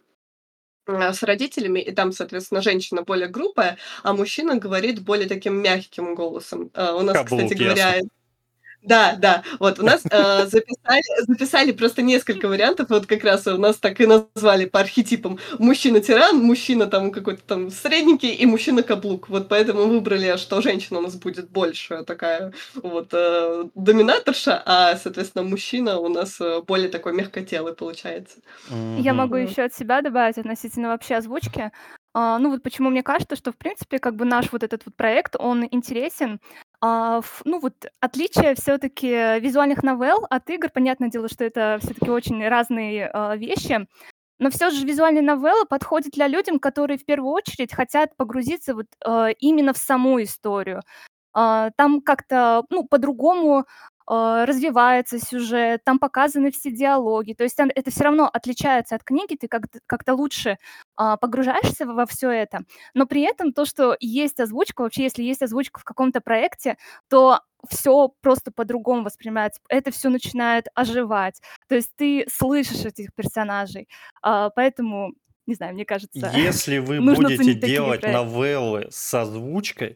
а, с родителями, и там, соответственно, женщина более грубая, а мужчина говорит более таким мягким голосом. А, у нас, кстати Каблук, ясно. говоря, да, да, вот у нас, э, записали записали просто несколько вариантов, вот как раз у нас так и назвали по архетипам: мужчина-тиран, мужчина там какой-то там средненький и мужчина-каблук. Вот поэтому выбрали, что женщина у нас будет больше такая вот, э, доминаторша, а, соответственно, мужчина у нас, э, более такой мягкотелый получается. Я Мгм. могу Вот. еще от себя добавить относительно вообще озвучки. А, ну вот почему мне кажется, что в принципе как бы наш вот этот вот проект, он интересен. А, ф- ну вот отличие все-таки визуальных новелл от игр, понятное дело, что это все-таки очень разные а, вещи, но все же визуальные новеллы подходят для людям, которые в первую очередь хотят погрузиться вот а, именно в саму историю. А, там как-то, ну, по-другому, а, развивается сюжет, там показаны все диалоги. То есть он это все равно отличается от книги, ты как-то как-то лучше, а, погружаешься во все это. Но при этом то, что есть озвучка, вообще, если есть озвучка в каком-то проекте, то все просто по-другому воспринимается. Это все начинает оживать. То есть ты слышишь этих персонажей. А, поэтому, не знаю, мне кажется, Если вы нужно будете ценить такие делать проекты. новеллы с озвучкой,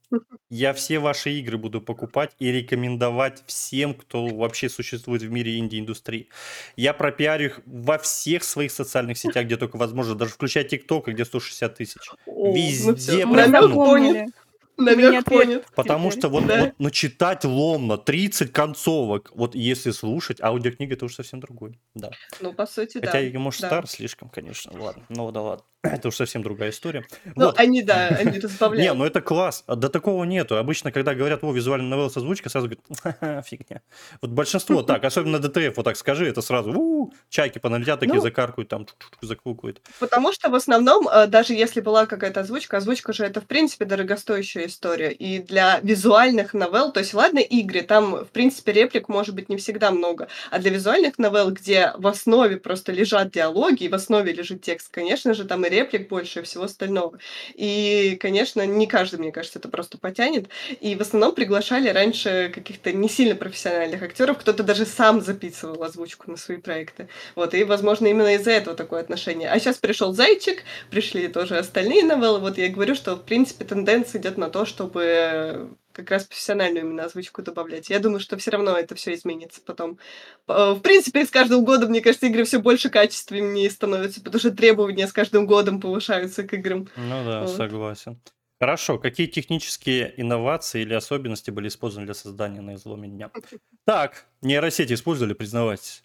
я все ваши игры буду покупать и рекомендовать всем, кто вообще существует в мире инди-индустрии. Я пропиарю их во всех своих социальных сетях, где только возможно, даже включая ТикТок, где сто шестьдад тысяч. О, ну Везде всё, Мы намёк пропну. понят, запомнили. Мы не намёк ответим понят. Потому теперь. что вот, Да. вот ну, читать ломно, тридцать концовок, вот если слушать, аудиокнига это уж совсем другой, да. Ну, по сути, Хотя да, я, может, да. стар слишком, конечно, ладно, ну да ладно, это уж совсем другая история. Ну, Вот. они, да, они Не, разбавляют. ну это класс. А до такого нету. Обычно, когда говорят, о, визуальная новелла с озвучкой, сразу говорят, «Ха-ха, фигня. Вот большинство так, особенно ДТФ, вот так скажи, это сразу, у чайки поналетят, такие Ну, закаркают, там, чук-чук, заквукают. потому что в основном, э, даже если была какая-то озвучка, озвучка же это, в принципе, дорогостоящая про историю. И для визуальных новелл, то есть ладно, игры, там, в принципе, реплик может быть не всегда много, а для визуальных новелл, где в основе просто лежат диалоги, и в основе лежит текст, конечно же, там и реплик больше, и всего остального. И, конечно, не каждый, мне кажется, это просто потянет. И в основном приглашали раньше каких-то не сильно профессиональных актеров, кто-то даже сам записывал озвучку на свои проекты. Вот, и, возможно, именно из-за этого такое отношение. А сейчас пришел Зайчик, пришли тоже остальные новеллы. Вот я и говорю, что, в принципе, тенденция идет на то, чтобы как раз профессиональную именно озвучку добавлять. Я думаю, что все равно это все изменится потом. Э, В принципе, с каждым годом, мне кажется, игры все больше качественнее становятся, потому что требования с каждым годом повышаются к играм. Ну да, Вот. согласен. Хорошо, какие технические инновации или особенности были использованы для создания на изломе дня? Так, нейросети использовали, признавайтесь.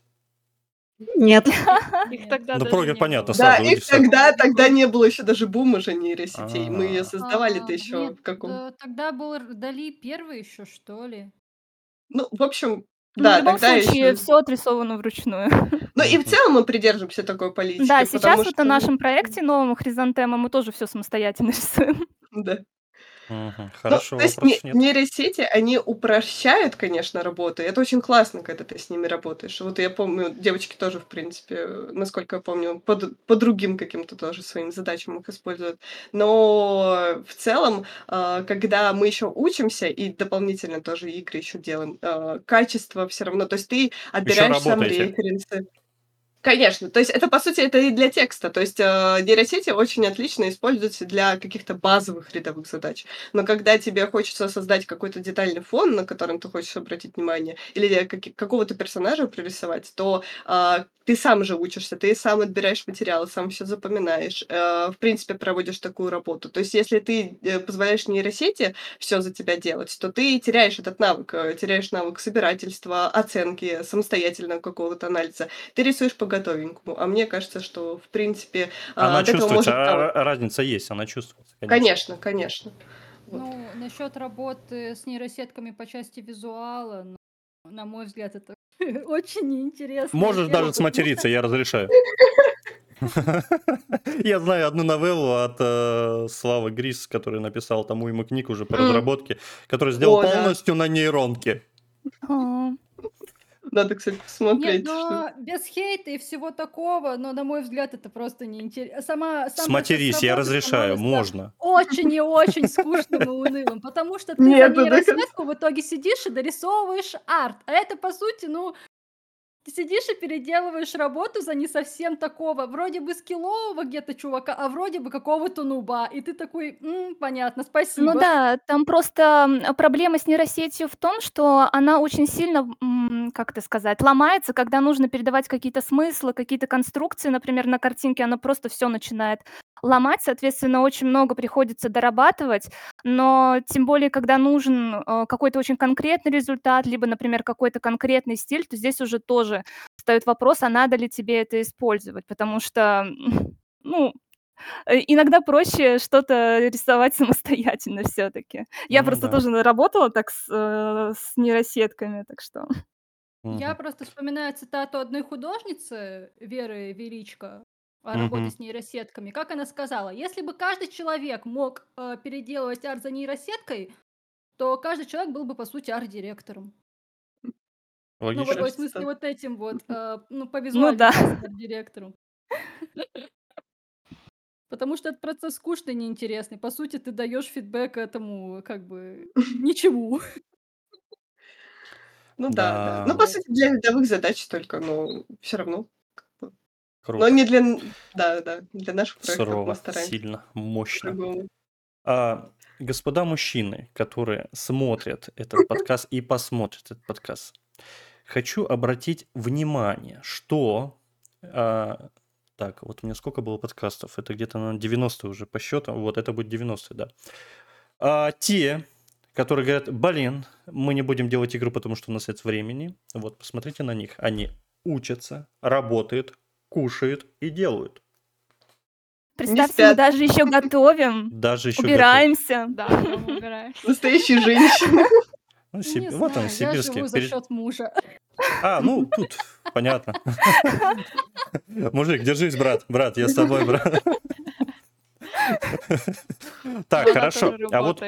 Нет. Их Нет. тогда Ну, даже прогер, не понятно, было. Да, сразу их люди сразу. тогда, тогда не было еще даже бума же нейросетей. Мы ее А, создавали-то А, еще нет, в каком... да, тогда был Р- Дали первый еще, что ли? Ну, в общем, Ну, в да, любом тогда случае, еще... все отрисовано вручную. Ну и в мгм. целом мы придерживаемся такой политики, Да, сейчас потому вот на что... нашем проекте новом Хризантема мы тоже все самостоятельно рисуем. Да. Мгм. Ну, Хорошо, то есть вопросов не- нет. нейросети, они упрощают, конечно, работу. И это очень классно, когда ты с ними работаешь. Вот я помню, девочки тоже, в принципе, э, насколько я помню, по, д- по другим каким-то тоже своим задачам их используют. Но в целом, а, когда мы еще учимся и дополнительно тоже игры еще делаем, а, качество все равно. То есть ты Еще отбираешь сам работаете. референсы. Конечно, то есть это, по сути, это и для текста. То есть э, нейросети очень отлично используются для каких-то базовых рядовых задач. Но когда тебе хочется создать какой-то детальный фон, на котором ты хочешь обратить внимание, или каки- какого-то персонажа прорисовать, то э, ты сам же учишься, ты сам отбираешь материалы, сам все запоминаешь, э, в принципе, проводишь такую работу. То есть если ты э, позволяешь нейросети все за тебя делать, то ты теряешь этот навык, э, теряешь навык собирательства, оценки, самостоятельного какого-то анализа. Ты рисуешь по готовенькому. А мне кажется, что, в принципе, а, Она от этого чувствуется, может... а там- ра- разница есть, она чувствуется, конечно. Конечно, конечно. Вот. Ну, насчет работы с нейросетками по части визуала, ну, на мой взгляд, это очень неинтересно. Можешь Во-первых, даже потому сматериться, что я разрешаю. Я знаю одну новеллу от э, Славы Грис, который написал тому ему книг уже по М. разработке, который сделал О, да. полностью на нейронке. А, Надо, кстати, Нет, посмотреть. что- но без хейта и всего такого, но, на мой взгляд, это просто неинтересно. Сама, сам процесс Сматерись, я работы разрешаю, становится можно. очень и очень скучным и унылым, потому что ты за Нет, ну, так- нейросетку в итоге сидишь и дорисовываешь арт. А это, по сути, ну, ты сидишь и переделываешь работу за не совсем такого, вроде бы скиллового где-то чувака, а вроде бы какого-то нуба. И ты такой, «М, понятно, Ну спасибо». да, там просто м, проблема с нейросетью в том, что она очень сильно, м, как это сказать, ломается, когда нужно передавать какие-то смыслы, какие-то конструкции, например, на картинке, она просто все начинает ломать, соответственно, очень много приходится дорабатывать, но тем более, когда нужен э, какой-то очень конкретный результат, либо, например, какой-то конкретный стиль, то здесь уже тоже встает вопрос, а надо ли тебе это использовать, потому что, ну, Э, иногда проще что-то рисовать самостоятельно все таки. Я Ну просто да. тоже работала так с, э, с нейросетками, так что Я Мгм. просто вспоминаю цитату одной художницы, Веры Величко, о работе Мгм. с нейросетками. Как она сказала, если бы каждый человек мог э, переделывать арт за нейросеткой, то каждый человек был бы, по сути, арт-директором. Ну, вот, Логично. ой, в Кажется, смысле, так. вот этим вот, э, ну, по ну визуальной да. части арт-директором. Потому что этот процесс скучный и неинтересный. По сути, ты даешь фидбэк этому, как бы, ничему. Ну да, да. Ну, Да, по Вот. сути, для рядовых задач только, но все равно. как бы. Но круто. не для... н- Да, да, для наших проектов мы Сурово, стараемся сильно, мощно. по-другому. А, господа мужчины, которые смотрят этот подкаст и посмотрят этот подкаст, хочу обратить внимание, что... а, так, вот у меня сколько было подкастов? Это где-то на девяносто уже по счету. Вот, это будет девяносто, да. А, те, которые говорят, блин, мы не будем делать игру, потому что у нас нет времени. Вот, посмотрите на них. Они учатся, работают, кушают и делают. Представьте, спят. мы даже еще готовим, Даже еще готовят. убираемся. Да, прям убираемся. Настоящие женщины. Ну, Не Сиб- Вот он, знаю, я сибирский. живу за пере- счет мужа. А, ну, тут, понятно. Мужик, держись, брат, брат, я с тобой, брат. Так, Жена хорошо. тоже А вот работает.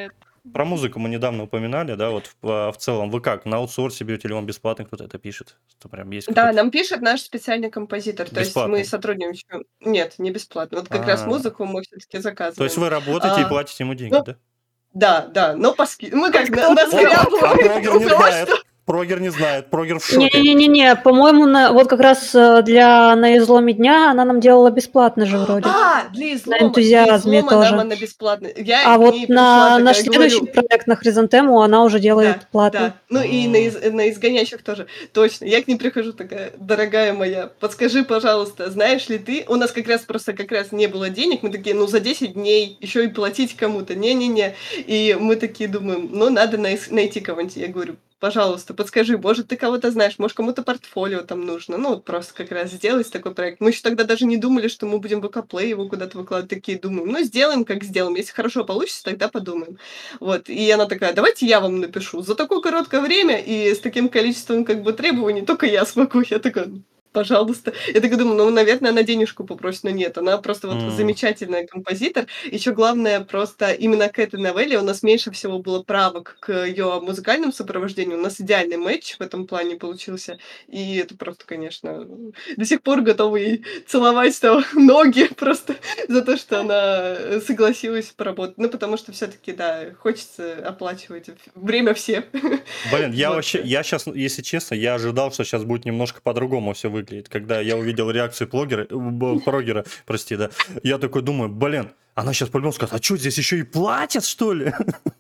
Про музыку мы недавно упоминали, да, вот в, а, в целом вы как, на аутсорсе берете или вам бесплатно кто-то это пишет? Что прям есть Да, какой-то нам пишет наш специальный композитор, то есть мы бесплатный? сотрудничаем. Нет, не бесплатно. Вот как раз А, музыку мы все-таки то есть заказываем. вы работаете и А, платите ему деньги, ну, да? да, да, но по ски... мы как Хоть на, на кто-то О, а, а сряду прогер не того, знает. что Прогер не знает, прогер в шоке. Не-не-не-не, по-моему, на- вот как раз э, для на изломе дня она нам делала бесплатно же вроде. А, для На излома, для энтузиазме излома нам тоже. она бесплатная. Я А к вот ней пришла на наш такая, следующий говорю, проект на Хризантему она уже делает да, платно. да. Ну и на, из, М, на изгонящих тоже. Точно. Я к ней прихожу такая, дорогая моя, подскажи, пожалуйста, знаешь ли ты, у нас как раз просто как раз не было денег, мы такие, ну за десять дней еще и платить кому-то, не-не-не. И мы такие думаем, ну надо най- найти кого-нибудь. Я говорю, пожалуйста, подскажи, может, ты кого-то знаешь, может, кому-то портфолио там нужно. Ну, вот просто как раз сделать такой проект. Мы еще тогда даже не думали, что мы будем в ВК-плей его куда-то выкладывать. Такие думаем, ну, сделаем, как сделаем. Если хорошо получится, тогда подумаем. Вот. И она такая, давайте я вам напишу. За такое короткое время и с таким количеством как бы требований только я смогу. Я такая, пожалуйста. Я так думаю, ну, наверное, она денежку попросит, но нет. Она просто вот м. замечательная композитор. Еще главное, просто именно к этой новелле у нас меньше всего было правок к ее музыкальному сопровождению. У нас идеальный матч в этом плане получился. И это просто, конечно, до сих пор готова ей целовать там ноги просто за то, что она согласилась поработать. Ну, потому что все-таки, да, хочется оплачивать время все. Блин, я Вот. вообще, я сейчас, если честно, я ожидал, что сейчас будет немножко по-другому все выглядеть. Когда я увидел реакцию плогера, э, б- прогера, прости, да, я такой думаю, блин, она сейчас по-любому скажет, а что, здесь еще и платят, что ли?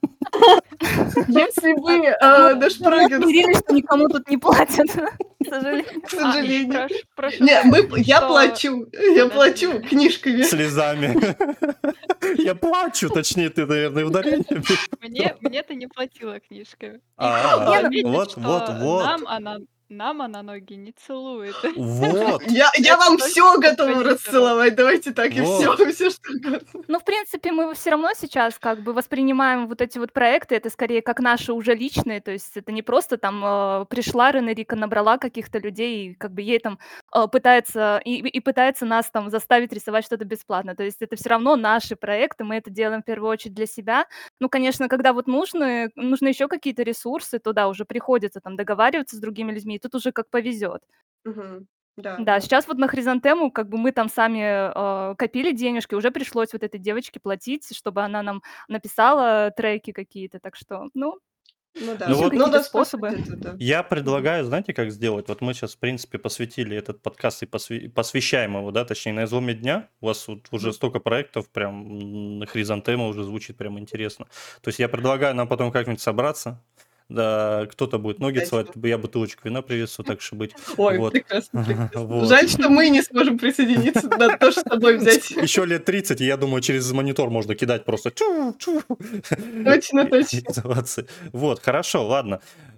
Если бы Мы э, наш давно прогер, смирились, что никому тут не платят, к сожалению. к А, сожалению. прош прошу Не, мы, напомнить, я что плачу, я Подожди. плачу книжками. Слезами. Я плачу, точнее, ты, наверное, ударение. мне мне ты не платила книжками. И А, хочу А, заметить, вот, что вот, вот. нам она нам она ноги не целует. Вот, Я, я Это вам только все готова композитору. расцеловать, давайте так, и все, вот. все что угодно. Ну, в принципе, мы все равно сейчас как бы воспринимаем вот эти вот проекты, это скорее как наши уже личные, то есть это не просто там э, пришла Ренерика, набрала каких-то людей, и как бы ей там э, пытается, и, и пытается нас там заставить рисовать что-то бесплатно, то есть это все равно наши проекты, мы это делаем в первую очередь для себя. Ну, конечно, когда вот нужны, нужны еще какие-то ресурсы, то да, уже приходится там договариваться с другими людьми, и тут уже как повезет. Мгм. Да, Да, да. сейчас вот на Хризантему как бы мы там сами, э, копили денежки, уже пришлось вот этой девочке платить, чтобы она нам написала треки какие-то. Так что, ну, Ну да. Ну ищем вот, Ну, какие-то да, по способы. сути, это да. я Мгм. предлагаю, знаете, как сделать? Вот мы сейчас, в принципе, посвятили этот подкаст и посвя- посвящаем его, да, точнее, на изломе дня. У вас вот уже Мгм. столько проектов, прям м, Хризантема уже звучит прям интересно. То есть я предлагаю нам потом как-нибудь собраться. Да, кто-то будет ноги целовать, Обязательно. я бутылочку вина приветствую, так что быть. Ой, Вот. прекрасно, прекрасно. Вот. Жаль, что мы не сможем присоединиться, надо тоже с собой взять. Еще лет тридцать, и я думаю, через монитор можно кидать просто. Чу, чу. Точно, И- точно. инновации. Вот, хорошо, ладно.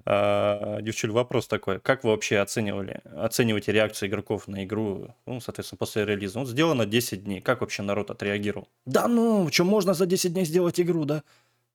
А, Девчуль, вопрос такой. Как вы вообще оценивали, оцениваете реакцию игроков на игру, ну, соответственно, после релиза? Ну, сделано десять дней. Как вообще народ отреагировал? Да ну, что можно за десять дней сделать игру, да?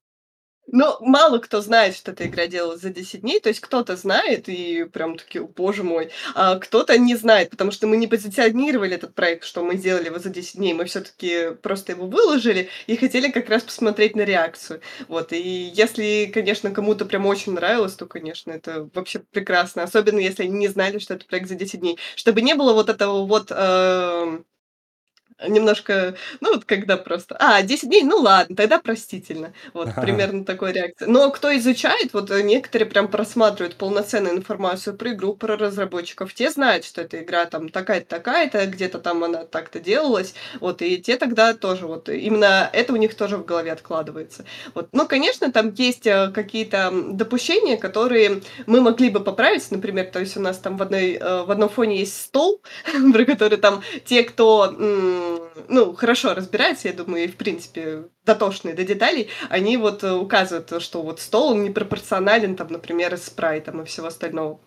Но мало кто знает, что эта игра делалась за десять дней. То есть кто-то знает и прям такие, боже мой, а кто-то не знает, потому что мы не позиционировали этот проект, что мы сделали его за десять дней. Мы все-таки просто его выложили и хотели как раз посмотреть на реакцию. Вот. И если, конечно, кому-то прям очень нравилось, то, конечно, это вообще прекрасно. Особенно если они не знали, что это проект за десять дней. Чтобы не было вот этого вот... эм, немножко, ну, вот когда просто: "А, десять дней, ну ладно, тогда простительно". Вот примерно такой реакция. Но кто изучает, вот, э, некоторые прям просматривают полноценную информацию про игру, про разработчиков. Те знают, что эта игра там такая-то, такая-то, где-то там она так-то делалась. Вот, и те тогда тоже вот именно это у них тоже в голове откладывается. Вот. Ну, конечно, там есть, э, какие-то, м, допущения, которые мы могли бы поправить. Например, то есть у нас там в одной, э, в одном фоне есть стол, про который там те, кто, м, ну, хорошо разбирается, я думаю, и в принципе дотошные до деталей, они вот э, указывают, то, что вот стол он непропорционален, там, например, с спрайтом и всего остального.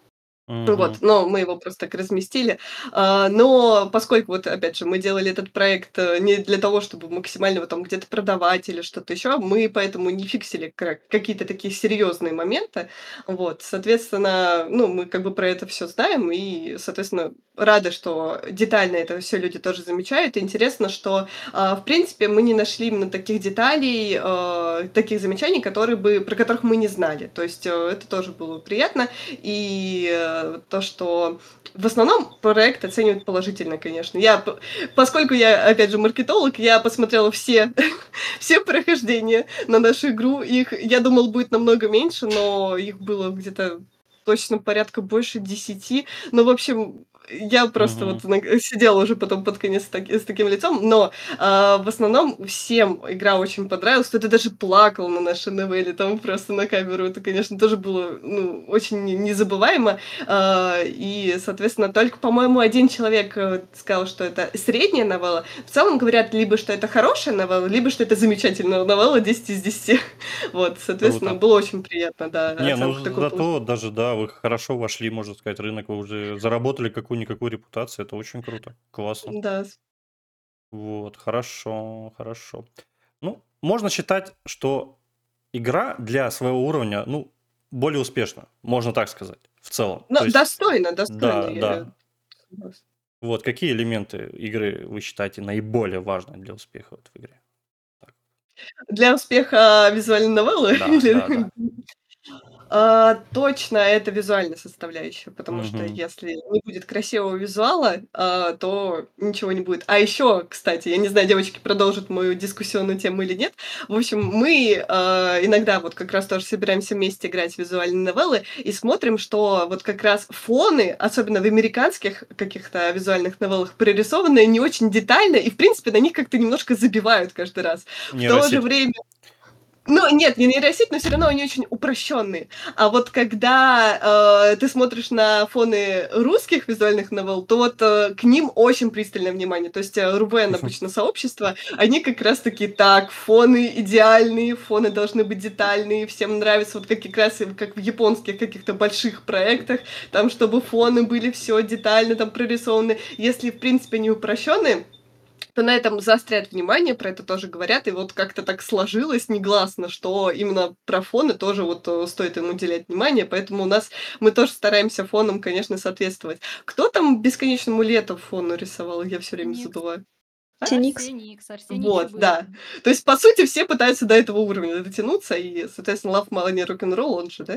Вот, Мгм. но мы его просто так разместили. А, но поскольку, вот опять же, мы делали этот проект, э, не для того, чтобы максимально его там где-то продавать или что-то еще, мы поэтому не фиксили ка какие-то такие серьезные моменты. Вот, соответственно, ну, мы как бы про это все знаем и, соответственно, рады, что детально это все люди тоже замечают. И интересно, что, а, в принципе, мы не нашли именно таких деталей, э, таких замечаний, которые бы про которых мы не знали. То есть, э, это тоже было приятно. И, э, то, что в основном проект оценивают положительно, конечно. Я, п поскольку я, опять же, маркетолог, я посмотрела все все прохождения на нашу игру. Их, я думала, будет намного меньше, но их было где-то точно порядка больше десяти. Ну, в общем, я просто Мгм. вот на сидела уже потом под конец с таки с таким лицом, но, а, в основном всем игра очень понравилась. Кто-то даже плакал на нашей новелле, там просто на камеру. Это, конечно, тоже было, ну, очень не незабываемо. А, и, соответственно, только, по-моему, один человек, э, сказал, что это средняя новелла. В целом говорят либо, что это хорошая новелла, либо, что это замечательная новелла десять из десяти. Вот, соответственно, Круто. было очень приятно, да, Не, ну оценку такую получить. зато даже, да, вы хорошо вошли, можно сказать, в рынок, вы уже заработали какую-никакую репутацию, это очень круто, классно. Да, с Вот, хорошо, хорошо. Ну, можно считать, что игра для своего уровня, ну, более успешна, можно так сказать, в целом. но То есть, достойно, достойно, да, я да. согласна. Вот, какие элементы игры вы считаете наиболее важные для успеха вот в игре? Так. Для успеха визуальной новеллы Да, да, или да. А, точно, это визуальная составляющая, потому что Мгм. если не будет красивого визуала, а, то ничего не будет. А еще, кстати, я не знаю, девочки продолжат мою дискуссионную тему или нет. В общем, мы, а, иногда вот как раз тоже собираемся вместе играть в визуальные новеллы и смотрим, что вот как раз фоны, особенно в американских каких-то визуальных новеллах, прорисованные не очень детально, и, в принципе, на них как-то немножко забивают каждый раз. В то же Нейросеть. время ну, нет, не нейросеть, но все равно они очень упрощенные. А вот когда, э, ты смотришь на фоны русских визуальных новелл, то вот, э, к ним очень пристальное внимание. То есть, э, РУВН, обычно сообщество, они как раз таки: "Так, фоны идеальные, фоны должны быть детальные". Всем нравится, вот как как раз и как в японских каких-то больших проектах, там, чтобы фоны были все детально там прорисованы. Если, в принципе, они упрощенные, то на этом заостряют внимание, про это тоже говорят. И вот как-то так сложилось негласно, что именно про фоны тоже вот, э, стоит им уделять внимание, поэтому у нас мы тоже стараемся фонам, конечно, соответствовать. Кто там "Бесконечному лету" фон нарисовал? Я все время Феникс. забываю. А? Феникс. Арсений Икс, Арсений Вот, Чубырь. да. То есть, по сути, все пытаются до этого уровня дотянуться, и, соответственно, Love Melody Rock'n'Roll, он же, да?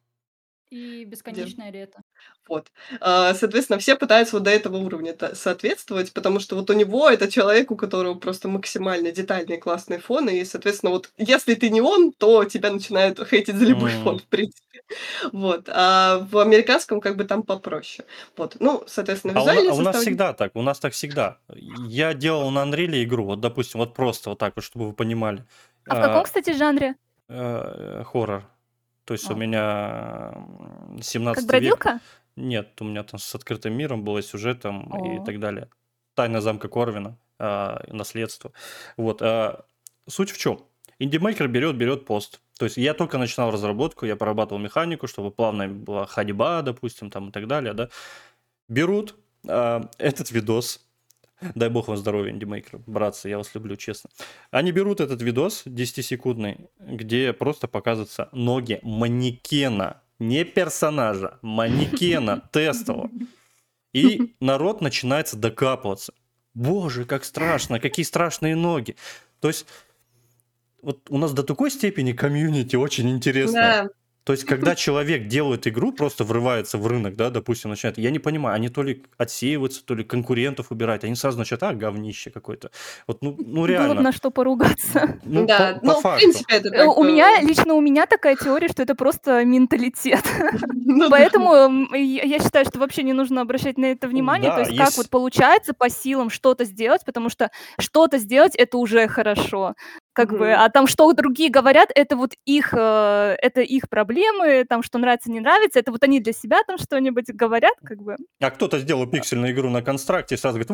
И Где? бесконечное лето. Вот. А, соответственно, все пытаются вот до этого уровня та соответствовать, потому что вот у него это человек, у которого просто максимально детальные классные фоны, и, соответственно, вот если ты не он, то тебя начинают хейтить за любой фон, М. в принципе. Вот. А в американском как бы там попроще. Вот. Ну, соответственно, А у, на- визуальные а у нас составляющие. всегда так, у нас так всегда. Я делал на Unreal игру, вот, допустим, вот просто вот так вот, чтобы вы понимали. А в каком, А, кстати, жанре? э, хоррор. То есть у А. меня м, Как семнадцатый век. бродилка? Нет, у меня там с открытым миром было, сюжетом и О. так далее. Тайна замка Корвина, а, наследство. Вот. а, Суть в чем? Инди-мейкер берет, берет пост. То есть я только начинал разработку, я прорабатывал механику, чтобы плавная была ходьба, допустим, там и так далее, да. Берут а, этот видос, дай бог вам здоровья, инди-мейкеры, братцы, я вас люблю, честно. Они берут этот видос десятисекундный, где просто показываются ноги манекена, не персонажа, манекена тестового. И народ начинается докапываться. Боже, как страшно, какие страшные ноги. То есть вот у нас до такой степени комьюнити очень интересное. Да. То есть, когда человек делает игру, просто врывается в рынок, да, допустим, начинает, я не понимаю, они то ли отсеиваются, то ли конкурентов убирать, они сразу начинают, а, говнище какое-то. Вот, ну, ну Было бы реально, на что поругаться. ну, Да, по, по ну, в факту. принципе, это Э, так, У меня, э, лично у меня такая теория, что это просто менталитет. ну да. Поэтому м, я я считаю, что вообще не нужно обращать на это внимание. То Да, есть как вот есть... получается по силам что-то сделать, потому что что-то сделать — это уже хорошо. Как бы, Мгм. а там что другие говорят, это вот их, э, это их проблемы, там что нравится, не нравится, это вот они для себя там что-нибудь говорят, как бы. А кто-то сделал пиксельную игру на констракте и сразу говорит,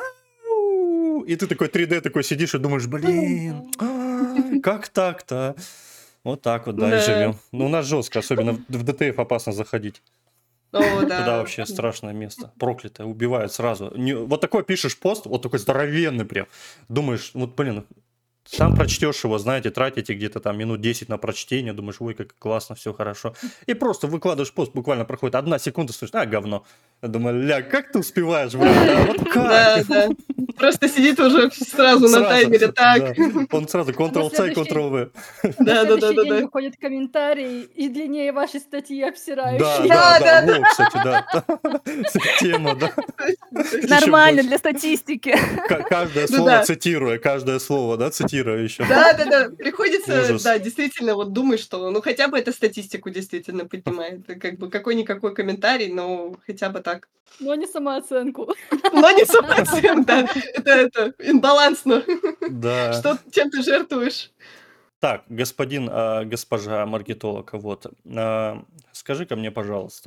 вау! И ты такой три дэ такой сидишь и думаешь, блин, ай, как так-то? а?» Вот так вот, да, и Да. живем. Ну, у нас жестко, особенно в в ди ти эф опасно заходить. О, Туда да. вообще страшное место. Проклятое, убивают сразу. Не- вот такой пишешь пост, вот такой здоровенный прям. Думаешь, вот, блин, сам прочтешь его, знаете, тратите где-то там минут десять на прочтение, думаешь, ой, как классно, все хорошо. И просто выкладываешь пост, буквально проходит одна секунда, слышишь, а, говно. Я думаю, ля, как ты успеваешь, брат, а? Вот как? Да, да. Просто сидит уже сразу на Сразу, таймере. Так. да. Он сразу А на Ctrl-C, следующий, Ctrl-V. на Да, да, да, следующий да, день да. выходит комментарий и длиннее вашей статьи Да, обсирающий. да, Да, да, да, да. во, кстати, да. Тема, да. Еще Нормально больше. для статистики. Ка- Каждое Ну слово да. цитируя, каждое слово, да, цитируя еще. Да, да, да. Приходится, Ужас. да, действительно, вот думаешь, что ну хотя бы это статистику действительно поднимает. И Как бы какой-никакой комментарий, но хотя бы так. Но не самооценку. Но не самооценка, да. Это, это, имбалансно. Да. Что, чем ты жертвуешь? Так, господин, а, госпожа маркетолог, вот, а, скажи-ка мне, пожалуйста,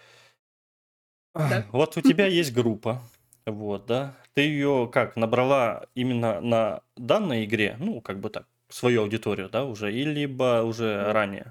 Да. вот у тебя есть группа, вот, да, ты ее как, набрала именно на данной игре, ну, как бы так, свою аудиторию, да, уже, и либо уже ранее?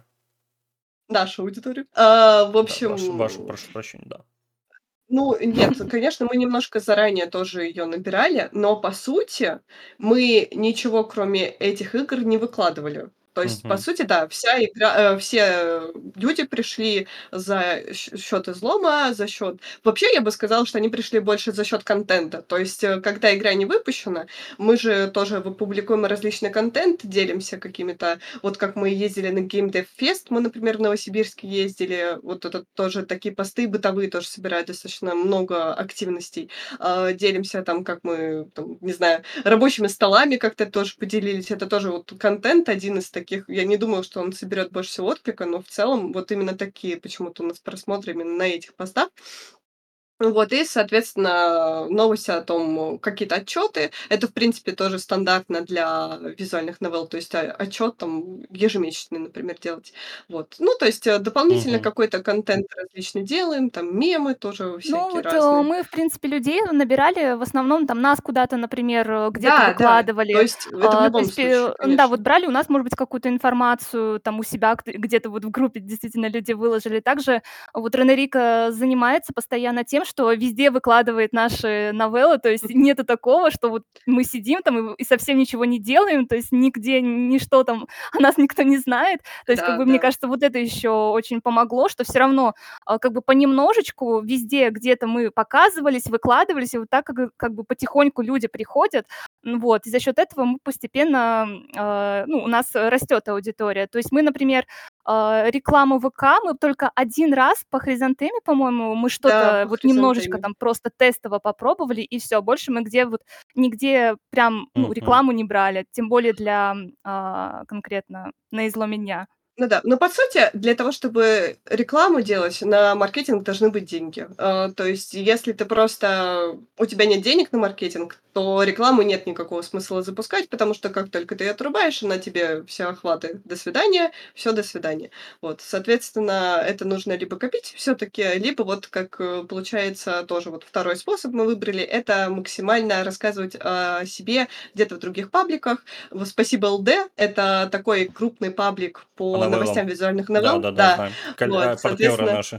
Нашу аудиторию. А, в Да, вашу, вашу, общем, прошу прощения, да. ну, нет, конечно, мы немножко заранее тоже ее набирали, но по сути мы ничего, кроме этих игр, не выкладывали. То есть, по Мгм. сути, да, вся игра, э, все люди пришли за щ- счет излома, за счет. Вообще, я бы сказала, что они пришли больше за счет контента. То есть, э, когда игра не выпущена, мы же тоже вы- публикуем различный контент, делимся какими-то. Вот как мы ездили на Game Dev Fest, мы, например, в Новосибирске ездили. Вот это тоже такие посты бытовые тоже собирают достаточно много активностей. А, Делимся там, как мы, там, не знаю, рабочими столами как-то тоже поделились. Это тоже вот контент один из таких. Я не думаю, что он соберет больше всего отклика, но в целом вот именно такие почему-то у нас просмотры именно на этих постах. Вот, и, соответственно, новости о том, какие-то отчеты. Это, в принципе, тоже стандартно для визуальных новелл, то есть отчет там ежемесячный, например, делать. Вот. Ну, то есть э, дополнительно Мгм. какой-то контент различный делаем, там мемы тоже Ну всякие вот, э, разные. мы, в принципе, людей набирали, в основном там нас куда-то, например, э, где-то Да, да, то выкладывали. есть это в А, то любом есть, пе случае, да, вот конечно. брали у нас, может быть, какую-то информацию там у себя, г где-то вот в группе действительно люди выложили. Также вот Ренерика занимается постоянно тем, что везде выкладывает наши новеллы. То есть нету такого, что вот мы сидим там и и совсем ничего не делаем, то есть нигде ничто там о нас никто не знает. То есть, как Да, бы, мне да. кажется, вот это еще очень помогло, что все равно а, как бы понемножечку везде где-то мы показывались, выкладывались, и вот так как, как бы потихоньку люди приходят, м, вот, и за счет этого мы постепенно, м, а, ну, у нас растет аудитория. То есть мы, например, а, рекламу ВК мы только один раз по Хризантеме, по-моему, мы Да, что-то по вот немножечко хризантеме. там просто тестово попробовали, и все, больше мы где вот нигде прям, ну, Мгм. рекламу не брали, тем более для, м, а, конкретно на изломе дня. Ну да, но по сути, для того, чтобы рекламу делать, на маркетинг должны быть деньги. А, то есть, если ты просто у тебя нет денег на маркетинг, то рекламу нет никакого смысла запускать, потому что как только ты её отрубаешь, она тебе все охваты. До свидания, все, до свидания. Вот, соответственно, это нужно либо копить все-таки, либо вот как э, получается тоже вот второй способ мы выбрали, это максимально рассказывать о себе где-то в других пабликах. Вот спасибо эл дэ, это такой крупный паблик По по новеллам. новостям визуальных Да, новелл. да, да, Да, знаем. Коль- вот, а, партнеры соответственно, наши.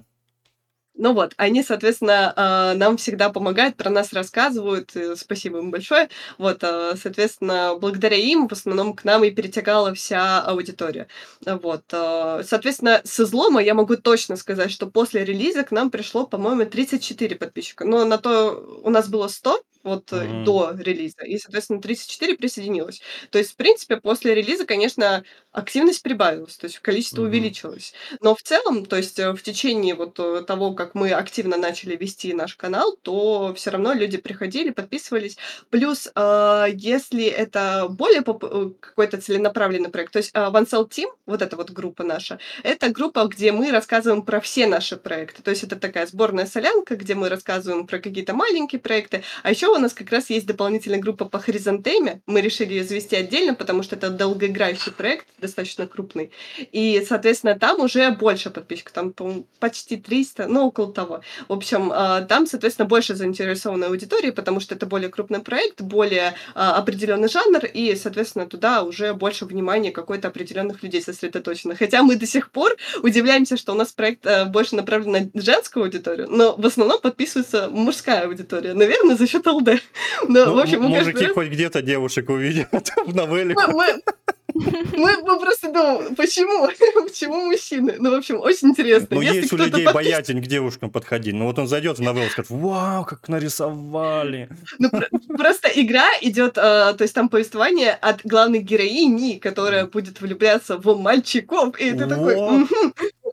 ну вот, они, соответственно, а, нам всегда помогают, про нас рассказывают, э, спасибо им большое. Вот, а, соответственно, благодаря им в основном к нам и перетекала вся аудитория. А, Вот, а, соответственно, с излома я могу точно сказать, что после релиза к нам пришло, по-моему, тридцать четыре подписчика. Но на то у нас было сто вот э, Мгм. до релиза, и, соответственно, тридцать четыре присоединилось. То есть, в принципе, после релиза, конечно, активность прибавилась, то есть количество Мгм. увеличилось. Но в целом, то есть, э, в течение вот, э, того, как мы активно начали вести наш канал, то все равно люди приходили, подписывались. Плюс, а, если это более поп э, какой-то целенаправленный проект, то есть, а, One Cell Team, вот эта вот группа наша, это группа, где мы рассказываем про все наши проекты. То есть это такая сборная солянка, где мы рассказываем про какие-то маленькие проекты. А еще у нас как раз есть дополнительная группа по Хризантеме. Мы решили ее завести отдельно, потому что это долгоиграющий проект, достаточно крупный. И, соответственно, там уже больше подписчиков, там, по-моему, почти триста, ну, около того. В общем, а, там, соответственно, больше заинтересованной аудитории, потому что это более крупный проект, более а, определенный жанр, и, соответственно, туда уже больше внимания какой-то определенных людей сосредоточено. Хотя мы до сих пор удивляемся, что у нас проект а, больше направлен на женскую аудиторию, но в основном подписывается мужская аудитория. Наверное, за счет ЛД. Но, в Ну, общем, м- мы каждый мужики раз... хоть где-то девушек увидят в новелле. Мы, мы, мы, мы просто думаем, почему? Почему мужчины? Ну, в общем, очень интересно. Ну, Если есть у кто-то людей подпис- боязнь к девушкам подходить. Ну, вот он зайдет в новеллу и скажет, вау, как нарисовали. Ну, про- просто игра идет, э, то есть там повествование от главной героини, которая будет влюбляться в мальчиков, и ты такой, Вот, «Мгм».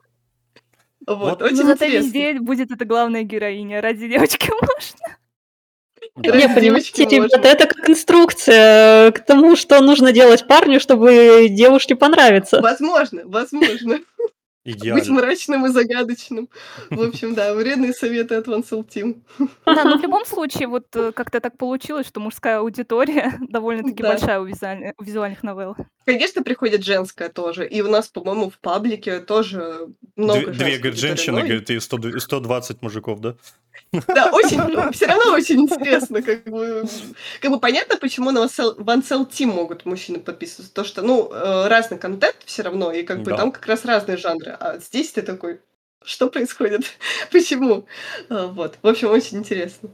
Вот, вот, Но очень зато интересно. везде будет эта главная героиня. Ради девочки можно. да. Ради Не, девочки понимаете, ребят, можно. это как инструкция к тому, что нужно делать парню, чтобы девушке понравиться. Возможно, возможно. Быть Идеально. мрачным и загадочным. В общем, да, вредные советы от One Cell Team. Да, но в любом случае, вот э, как-то так получилось, что мужская аудитория довольно-таки Да. большая у визуальни- у визуальных новелл. Конечно, приходит женская тоже. И у нас, по-моему, в паблике тоже Две, много две, женской говорит, аудитории. женщины, Но и- говорит, и сто д- сто двадцать мужиков, да? Да, очень, все равно очень интересно, как бы, как бы понятно, почему на One Cell Team могут мужчины подписываться, то что, ну, э, разный контент все равно, и как бы Да. там как раз разные жанры, а здесь ты такой, что происходит, почему, А, вот, в общем, очень интересно.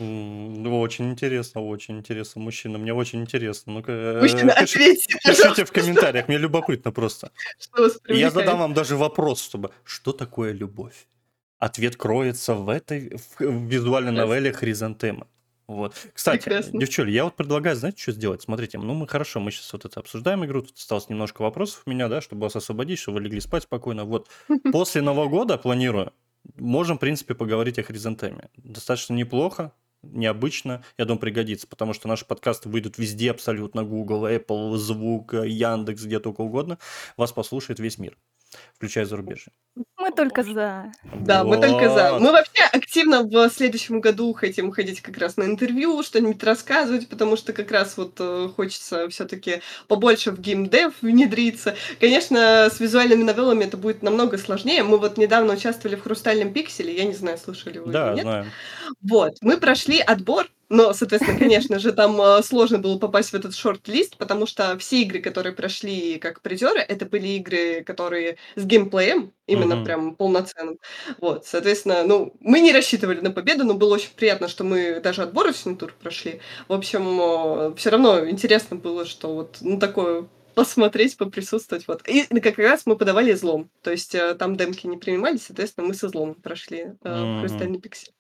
М, ну, очень интересно, очень интересно. Мужчина, мне очень интересно. Ну-ка, э, Мужчина, пиши- ответьте, пишите пожалуйста, в комментариях, мне любопытно просто. что вас И я задам привлекает. вам даже вопрос, чтобы что такое любовь? Ответ кроется в этой в, в визуальной Прекрасно. новелле Хризантема. Вот. Кстати, Прекрасно. девчули, я вот предлагаю, знаете, что сделать? Смотрите, ну мы хорошо, мы сейчас вот это обсуждаем игру, тут осталось немножко вопросов у меня, да, чтобы вас освободить, чтобы вы легли спать спокойно. Вот после Нового года, планирую, можем, в принципе, поговорить о Хризантеме. Достаточно неплохо, необычно, я думаю, пригодится, потому что наши подкасты выйдут везде абсолютно, Google, Apple, Звук, Яндекс, где только угодно. Вас послушает весь мир, включая зарубежье. Мы только за. Да, мы только за. Вот. Мы вообще активно в следующем году хотим ходить как раз на интервью, что-нибудь рассказывать, потому что как раз вот э, хочется все-таки побольше в геймдев внедриться. Конечно, с визуальными новеллами это будет намного сложнее. Мы вот недавно участвовали в «Хрустальном пикселе», я не знаю, слушали вы Да, или нет. знаем. Вот, мы прошли отбор, но, соответственно, конечно же, там э, сложно было попасть в этот шорт-лист, потому что все игры, которые прошли как призеры, это были игры, которые с геймплеем, именно Мгм. прям полноценным. Вот, соответственно, ну, мы не рассчитывали на победу, но было очень приятно, что мы даже отборочный тур прошли. В общем, все равно интересно было, что вот ну, такое посмотреть, поприсутствовать. Вот. И как раз мы подавали излом. То есть э, там демки не принимались, соответственно, мы с изломом прошли э, в Мгм. «Хрустальный пиксель».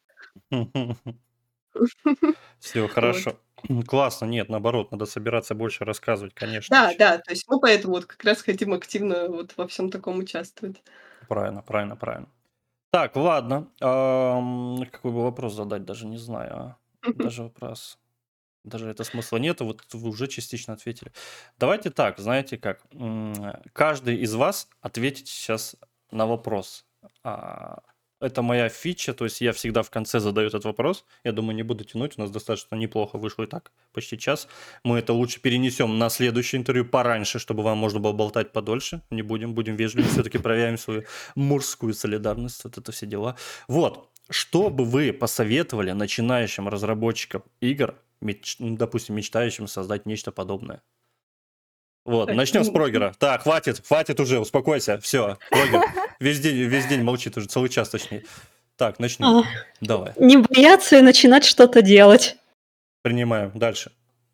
Все Вот. хорошо. Классно, нет, наоборот, надо собираться больше рассказывать, конечно Да, же. да, то есть мы поэтому вот как раз хотим активно вот во всем таком участвовать. Правильно, правильно, правильно. Так, ладно. ам, Какой бы вопрос задать, даже не знаю. а. Даже вопрос. Даже это смысла нет, вот вы уже частично ответили. Давайте так, знаете как, м, каждый из вас ответит сейчас на вопрос. А, Это моя фича, то есть я всегда в конце задаю этот вопрос. Я думаю, не буду тянуть, у нас достаточно неплохо вышло и так, почти час. Мы это лучше перенесем на следующее интервью пораньше, чтобы вам можно было болтать подольше. Не будем, будем вежливы, все-таки проявим свою мужскую солидарность, вот это все дела. Вот, что бы вы посоветовали начинающим разработчикам игр, меч- ну, допустим, мечтающим создать нечто подобное? Вот, Так, начнем с ну, прогера. Так, хватит, хватит уже, успокойся. Все, прогер. Весь день, весь день молчит уже, целый час точнее. Так, начнем. А, Давай, Не бояться и начинать что-то делать. принимаем. Дальше.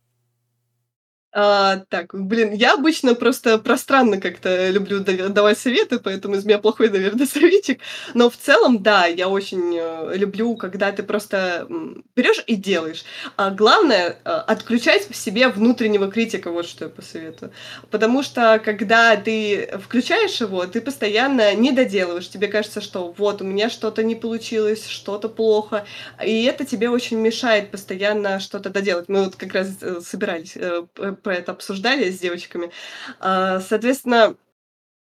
А, так, блин, я обычно просто пространно как-то люблю дав- давать советы, поэтому из меня плохой, наверное, советчик. Но в целом, да, я очень э, люблю, когда ты просто м, берешь и делаешь. А главное, э, отключать в себе внутреннего критика, вот что я посоветую. Потому что, когда ты включаешь его, ты постоянно не доделываешь. Тебе кажется, что вот, у меня что-то не получилось, что-то плохо. И это тебе очень мешает постоянно что-то доделать. Мы вот как раз э, собирались, э, п- про это обсуждали с девочками. А, Соответственно,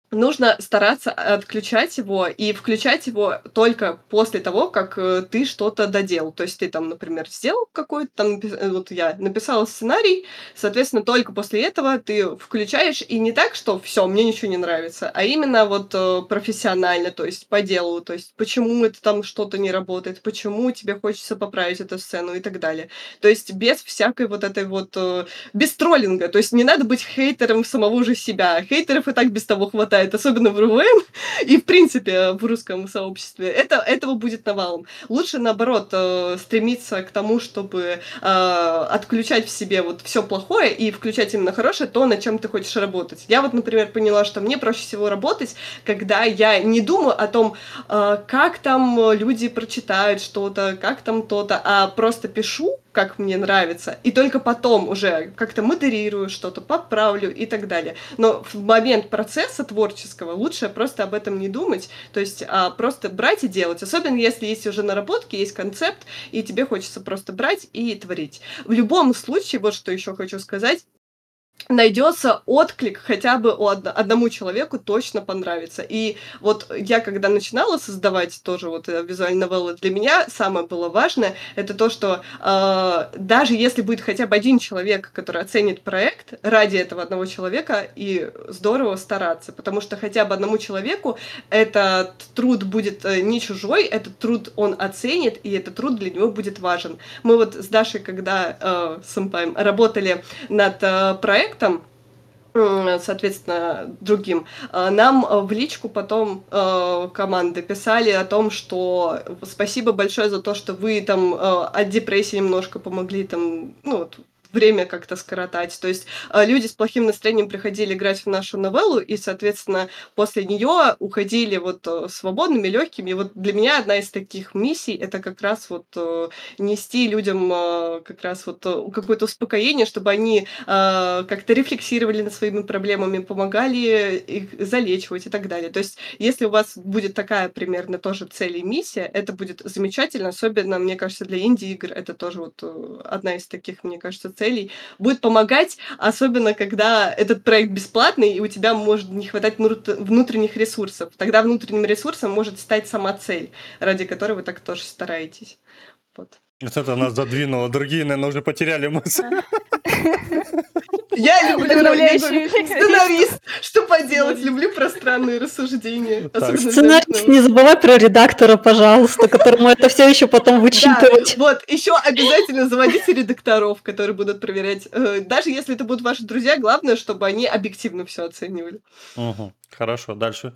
нужно стараться отключать его и включать его только после того, как, э, ты что-то доделал. То есть ты там, например, сделал какой-то там, напи э, вот я написала сценарий, соответственно, только после этого ты включаешь, и не так, что всё, мне ничего не нравится, а именно вот, э, профессионально, то есть по делу, то есть почему это там что-то не работает, почему тебе хочется поправить эту сцену и так далее. То есть без всякой вот этой вот, э, без троллинга. То есть не надо быть хейтером самого же себя. Хейтеров и так без того хватает, особенно в РУВМ и, в принципе, в русском сообществе. Это этого будет навалом. Лучше, наоборот, э, стремиться к тому, чтобы, а, отключать в себе вот всё плохое и включать именно хорошее, то, над чем ты хочешь работать. Я вот, например, поняла, что мне проще всего работать, когда я не думаю о том, а, как там, э, люди прочитают что-то, как там то-то, а просто пишу, как мне нравится, и только потом уже как-то модерирую что-то, поправлю и так далее. Но в момент процесса творческого лучше просто об этом не думать, то есть, а просто брать и делать. Особенно если есть уже наработки, есть концепт, и тебе хочется просто брать и творить. В любом случае, вот что еще хочу сказать, найдется отклик хотя бы у одно одному человеку точно понравится. И вот я когда начинала создавать тоже вот, э, визуальные новеллы, для меня самое было важное- это то, что, а, даже если будет хотя бы один человек, который оценит проект, ради этого одного человека и здорово стараться, потому что хотя бы одному человеку этот труд будет, э, не чужой, этот труд он оценит, и этот труд для него будет важен. Мы вот с Дашей, когда, э, сэмпаем, работали над, э, проектом, м, соответственно, другим, а, нам, э, в личку потом, э, команды писали о том, что спасибо большое за то, что вы там, э, от депрессии немножко помогли там, ну вот, время как-то скоротать. То есть, а, люди с плохим настроением приходили играть в нашу новеллу и, соответственно, после неё уходили вот, э, свободными, лёгкими. И вот для меня одна из таких миссий- это как раз вот, э, нести людям, а, как раз вот, э, какое-то успокоение, чтобы они, а, как-то рефлексировали над своими проблемами, помогали их залечивать и так далее. То есть, если у вас будет такая примерно тоже цель и миссия, это будет замечательно. Особенно, мне кажется, для инди-игр это тоже вот, э, одна из таких, мне кажется, целей. Будет помогать, особенно когда этот проект бесплатный и у тебя может не хватать нурт внутренних ресурсов. Тогда внутренним ресурсом может стать сама цель, ради которой вы так тоже стараетесь. Вот. Вот это нас задвинуло. Другие, наверно, уже потеряли мысль. Я люблю, я говорю, Вдохновляющий сценарист, что поделать, люблю пространные рассуждения, Так. особенно Сценарист, визуальных не забывай про редактора, пожалуйста, которому это всё еще потом Да, вычитывать. вот, ещё обязательно заводите редакторов, которые будут проверять. Э, даже если это будут ваши друзья, главное, чтобы они объективно всё оценивали. Мгм. Хорошо, дальше.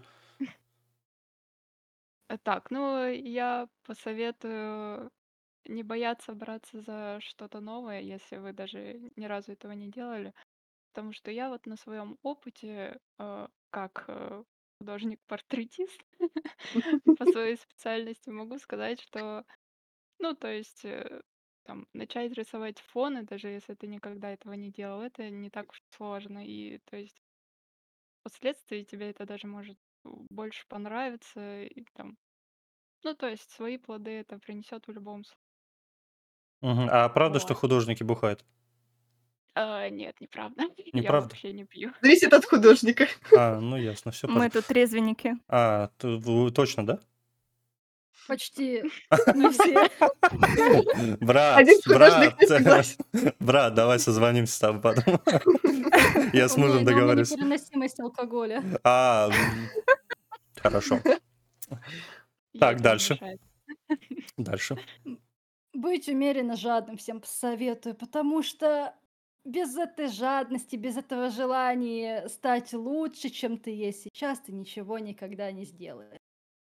Э, так, ну, я посоветую не бояться браться за что-то новое, если вы даже ни разу этого не делали. Потому что я вот на своем опыте, э, как, э, художник-портретист по своей специальности могу сказать, что, ну, то есть, э, там, начать рисовать фоны, даже если ты никогда этого не делал, это не так уж сложно. И, то есть впоследствии тебе это даже может больше понравиться и там. Ну, то есть свои плоды это принесет в любом случае. Мгм. А правда, что Вот. художники бухают? А, нет, неправда. Я Неправда? вообще не пью. Зависит от художника. А, ну ясно, всё Мы пож тут трезвенники. А, т вы точно, да? Почти. Не все. Брат, Один художник брат, не согласен. брат, давай созвонимся с тобой потом. Я с У меня мужем дома договорюсь. непереносимость алкоголя. А, м, хорошо. Ей Так, это не дальше. мешает. Дальше. М, быть умеренно жадным всем посоветую, потому что без этой жадности, без этого желания стать лучше, чем ты есть сейчас, ты ничего никогда не сделаешь.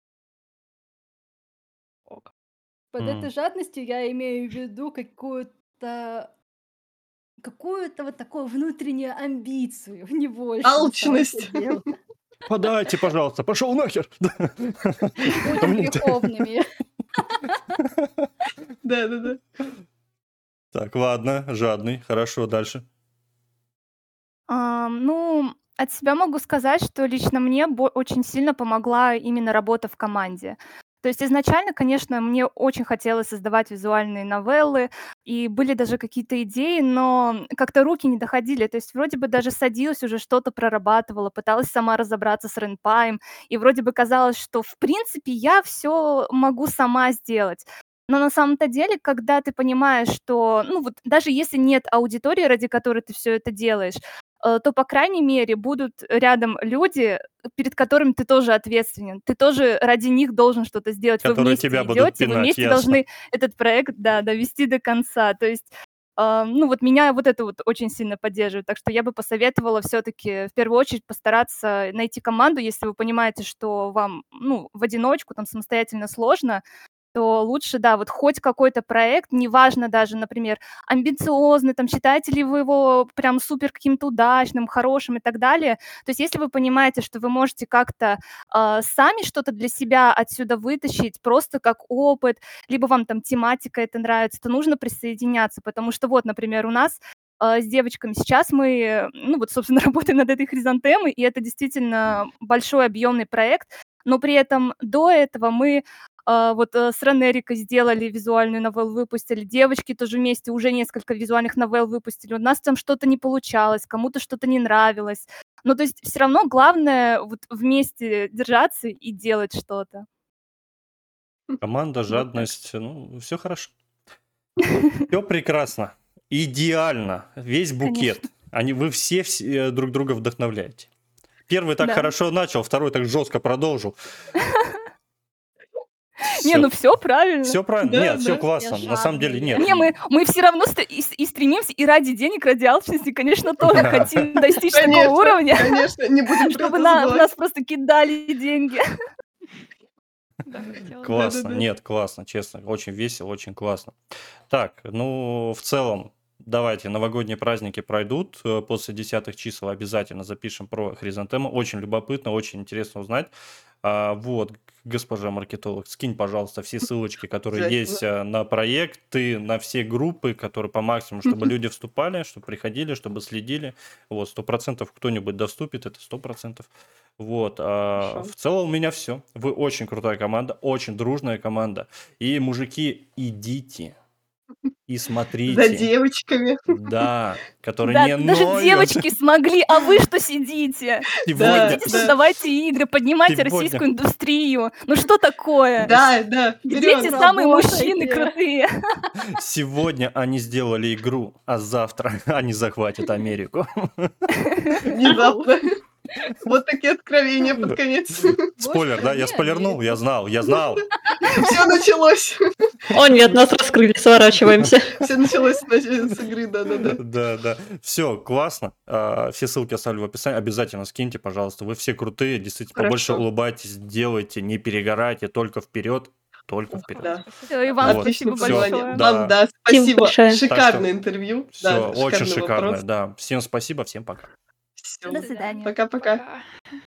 Ок. Под этой М. жадностью я имею в виду какую-то какую-то вот такую внутреннюю амбицию, не больше на самом-то Алчность. деле. Подайте, пожалуйста, пошёл нахер! Будем Мне те греховными. Да-да-да. Так, ладно, жадный. Хорошо, дальше. Ам, ну, от себя могу сказать, что лично мне бо очень сильно помогла именно работа в команде. То есть изначально, конечно, мне очень хотелось создавать визуальные новеллы, и были даже какие-то идеи, но как-то руки не доходили. То есть вроде бы даже садилась, уже что-то прорабатывала, пыталась сама разобраться с ренпаем, и вроде бы казалось, что в принципе я все могу сама сделать. Но на самом-то деле, когда ты понимаешь, что, ну вот даже если нет аудитории, ради которой ты все это делаешь, э, то, по крайней мере, будут рядом люди, перед которыми ты тоже ответственен. Ты тоже ради них должен что-то сделать. Вы Которые вместе тебя будут идете, вы пинать, вместе ясно. должны этот проект, да, довести до конца. То есть, а, ну вот меня вот это вот очень сильно поддерживает. Так что я бы посоветовала все-таки в первую очередь постараться найти команду, если вы понимаете, что вам, ну, в одиночку, там, самостоятельно сложно, то лучше, да, вот хоть какой-то проект, неважно даже, например, амбициозный, там, считаете ли вы его прям супер каким-то удачным, хорошим и так далее. То есть если вы понимаете, что вы можете как-то а, сами что-то для себя отсюда вытащить, просто как опыт, либо вам там тематика это нравится, то нужно присоединяться, потому что вот, например, у нас а, с девочками сейчас мы, ну вот, собственно, работаем над этой хризантемой, и это действительно большой объемный проект, но при этом до этого мы а, вот, э, с Ранерикой сделали визуальную новеллу, выпустили. Девочки тоже вместе уже несколько визуальных новелл выпустили. У нас там что-то не получалось, кому-то что-то не нравилось. Ну, то есть все равно главное вот вместе держаться и делать что-то. Команда, Вот так. жадность, ну, все хорошо. Все прекрасно. Идеально. Весь букет. Конечно. Они, вы все, все друг друга вдохновляете. Первый так Да. хорошо начал, второй так жестко продолжил. Не, Все, ну все правильно. все правильно. Да, Нет, все да. классно. Все На самом деле жадные. нет. Не, мы, мы все равно ст- и, с- и стремимся, и ради денег, ради алчности, конечно, тоже хотим достичь такого Конечно, уровня, конечно, не будем про чтобы это на, в забывать. нас просто кидали деньги. Да, хотела бы. Классно, Да-да-да. нет, классно, честно, очень весело, очень классно. Так, ну, в целом, давайте, новогодние праздники пройдут, э, после десятых чисел обязательно запишем про хризантему, очень любопытно, очень интересно узнать. А, вот, госпожа маркетолог, скинь, пожалуйста, все ссылочки, которые Обязательно. есть э, на проекты, на все группы, которые по максимуму, чтобы люди вступали, чтобы приходили, чтобы следили. Вот, сто процентов кто-нибудь доступит, это сто процентов. Вот, а, Хорошо. в целом у меня все. Вы очень крутая команда, очень дружная команда. И, мужики, идите и За смотрите, девочками. да, которые Да, не даже ноют. девочки смогли, а вы что сидите? Да, Сегодня, Идите, да, создавайте игры, поднимайте сегодня, российскую индустрию. Ну что такое? да, да, Где вперед. те самые мужчины Работайте. крутые? сегодня они сделали игру, а завтра они захватят Америку. Внезапно. Вот такие откровения под конец. Спойлер, да? Я Господи, спойлернул, я Америку. знал, я знал. Все началось. О нет, нас раскрыли, сворачиваемся. Все началось с с игры, да-да-да. Да, да. Все, классно. А, Все ссылки оставлю в описании. Обязательно скиньте, пожалуйста. Вы все крутые, действительно, побольше Хорошо. улыбайтесь, делайте, не перегорайте, только вперед, только вперед. Да. Всё, и вам Вот. спасибо Всё, пожелание. большое. да. Вам, да, Спасибо спасибо. большое. Шикарное интервью. Все, Да, очень шикарный шикарно, вопрос. да. Всем спасибо, всем пока. Всё. До свидания. Пока-пока. Пока.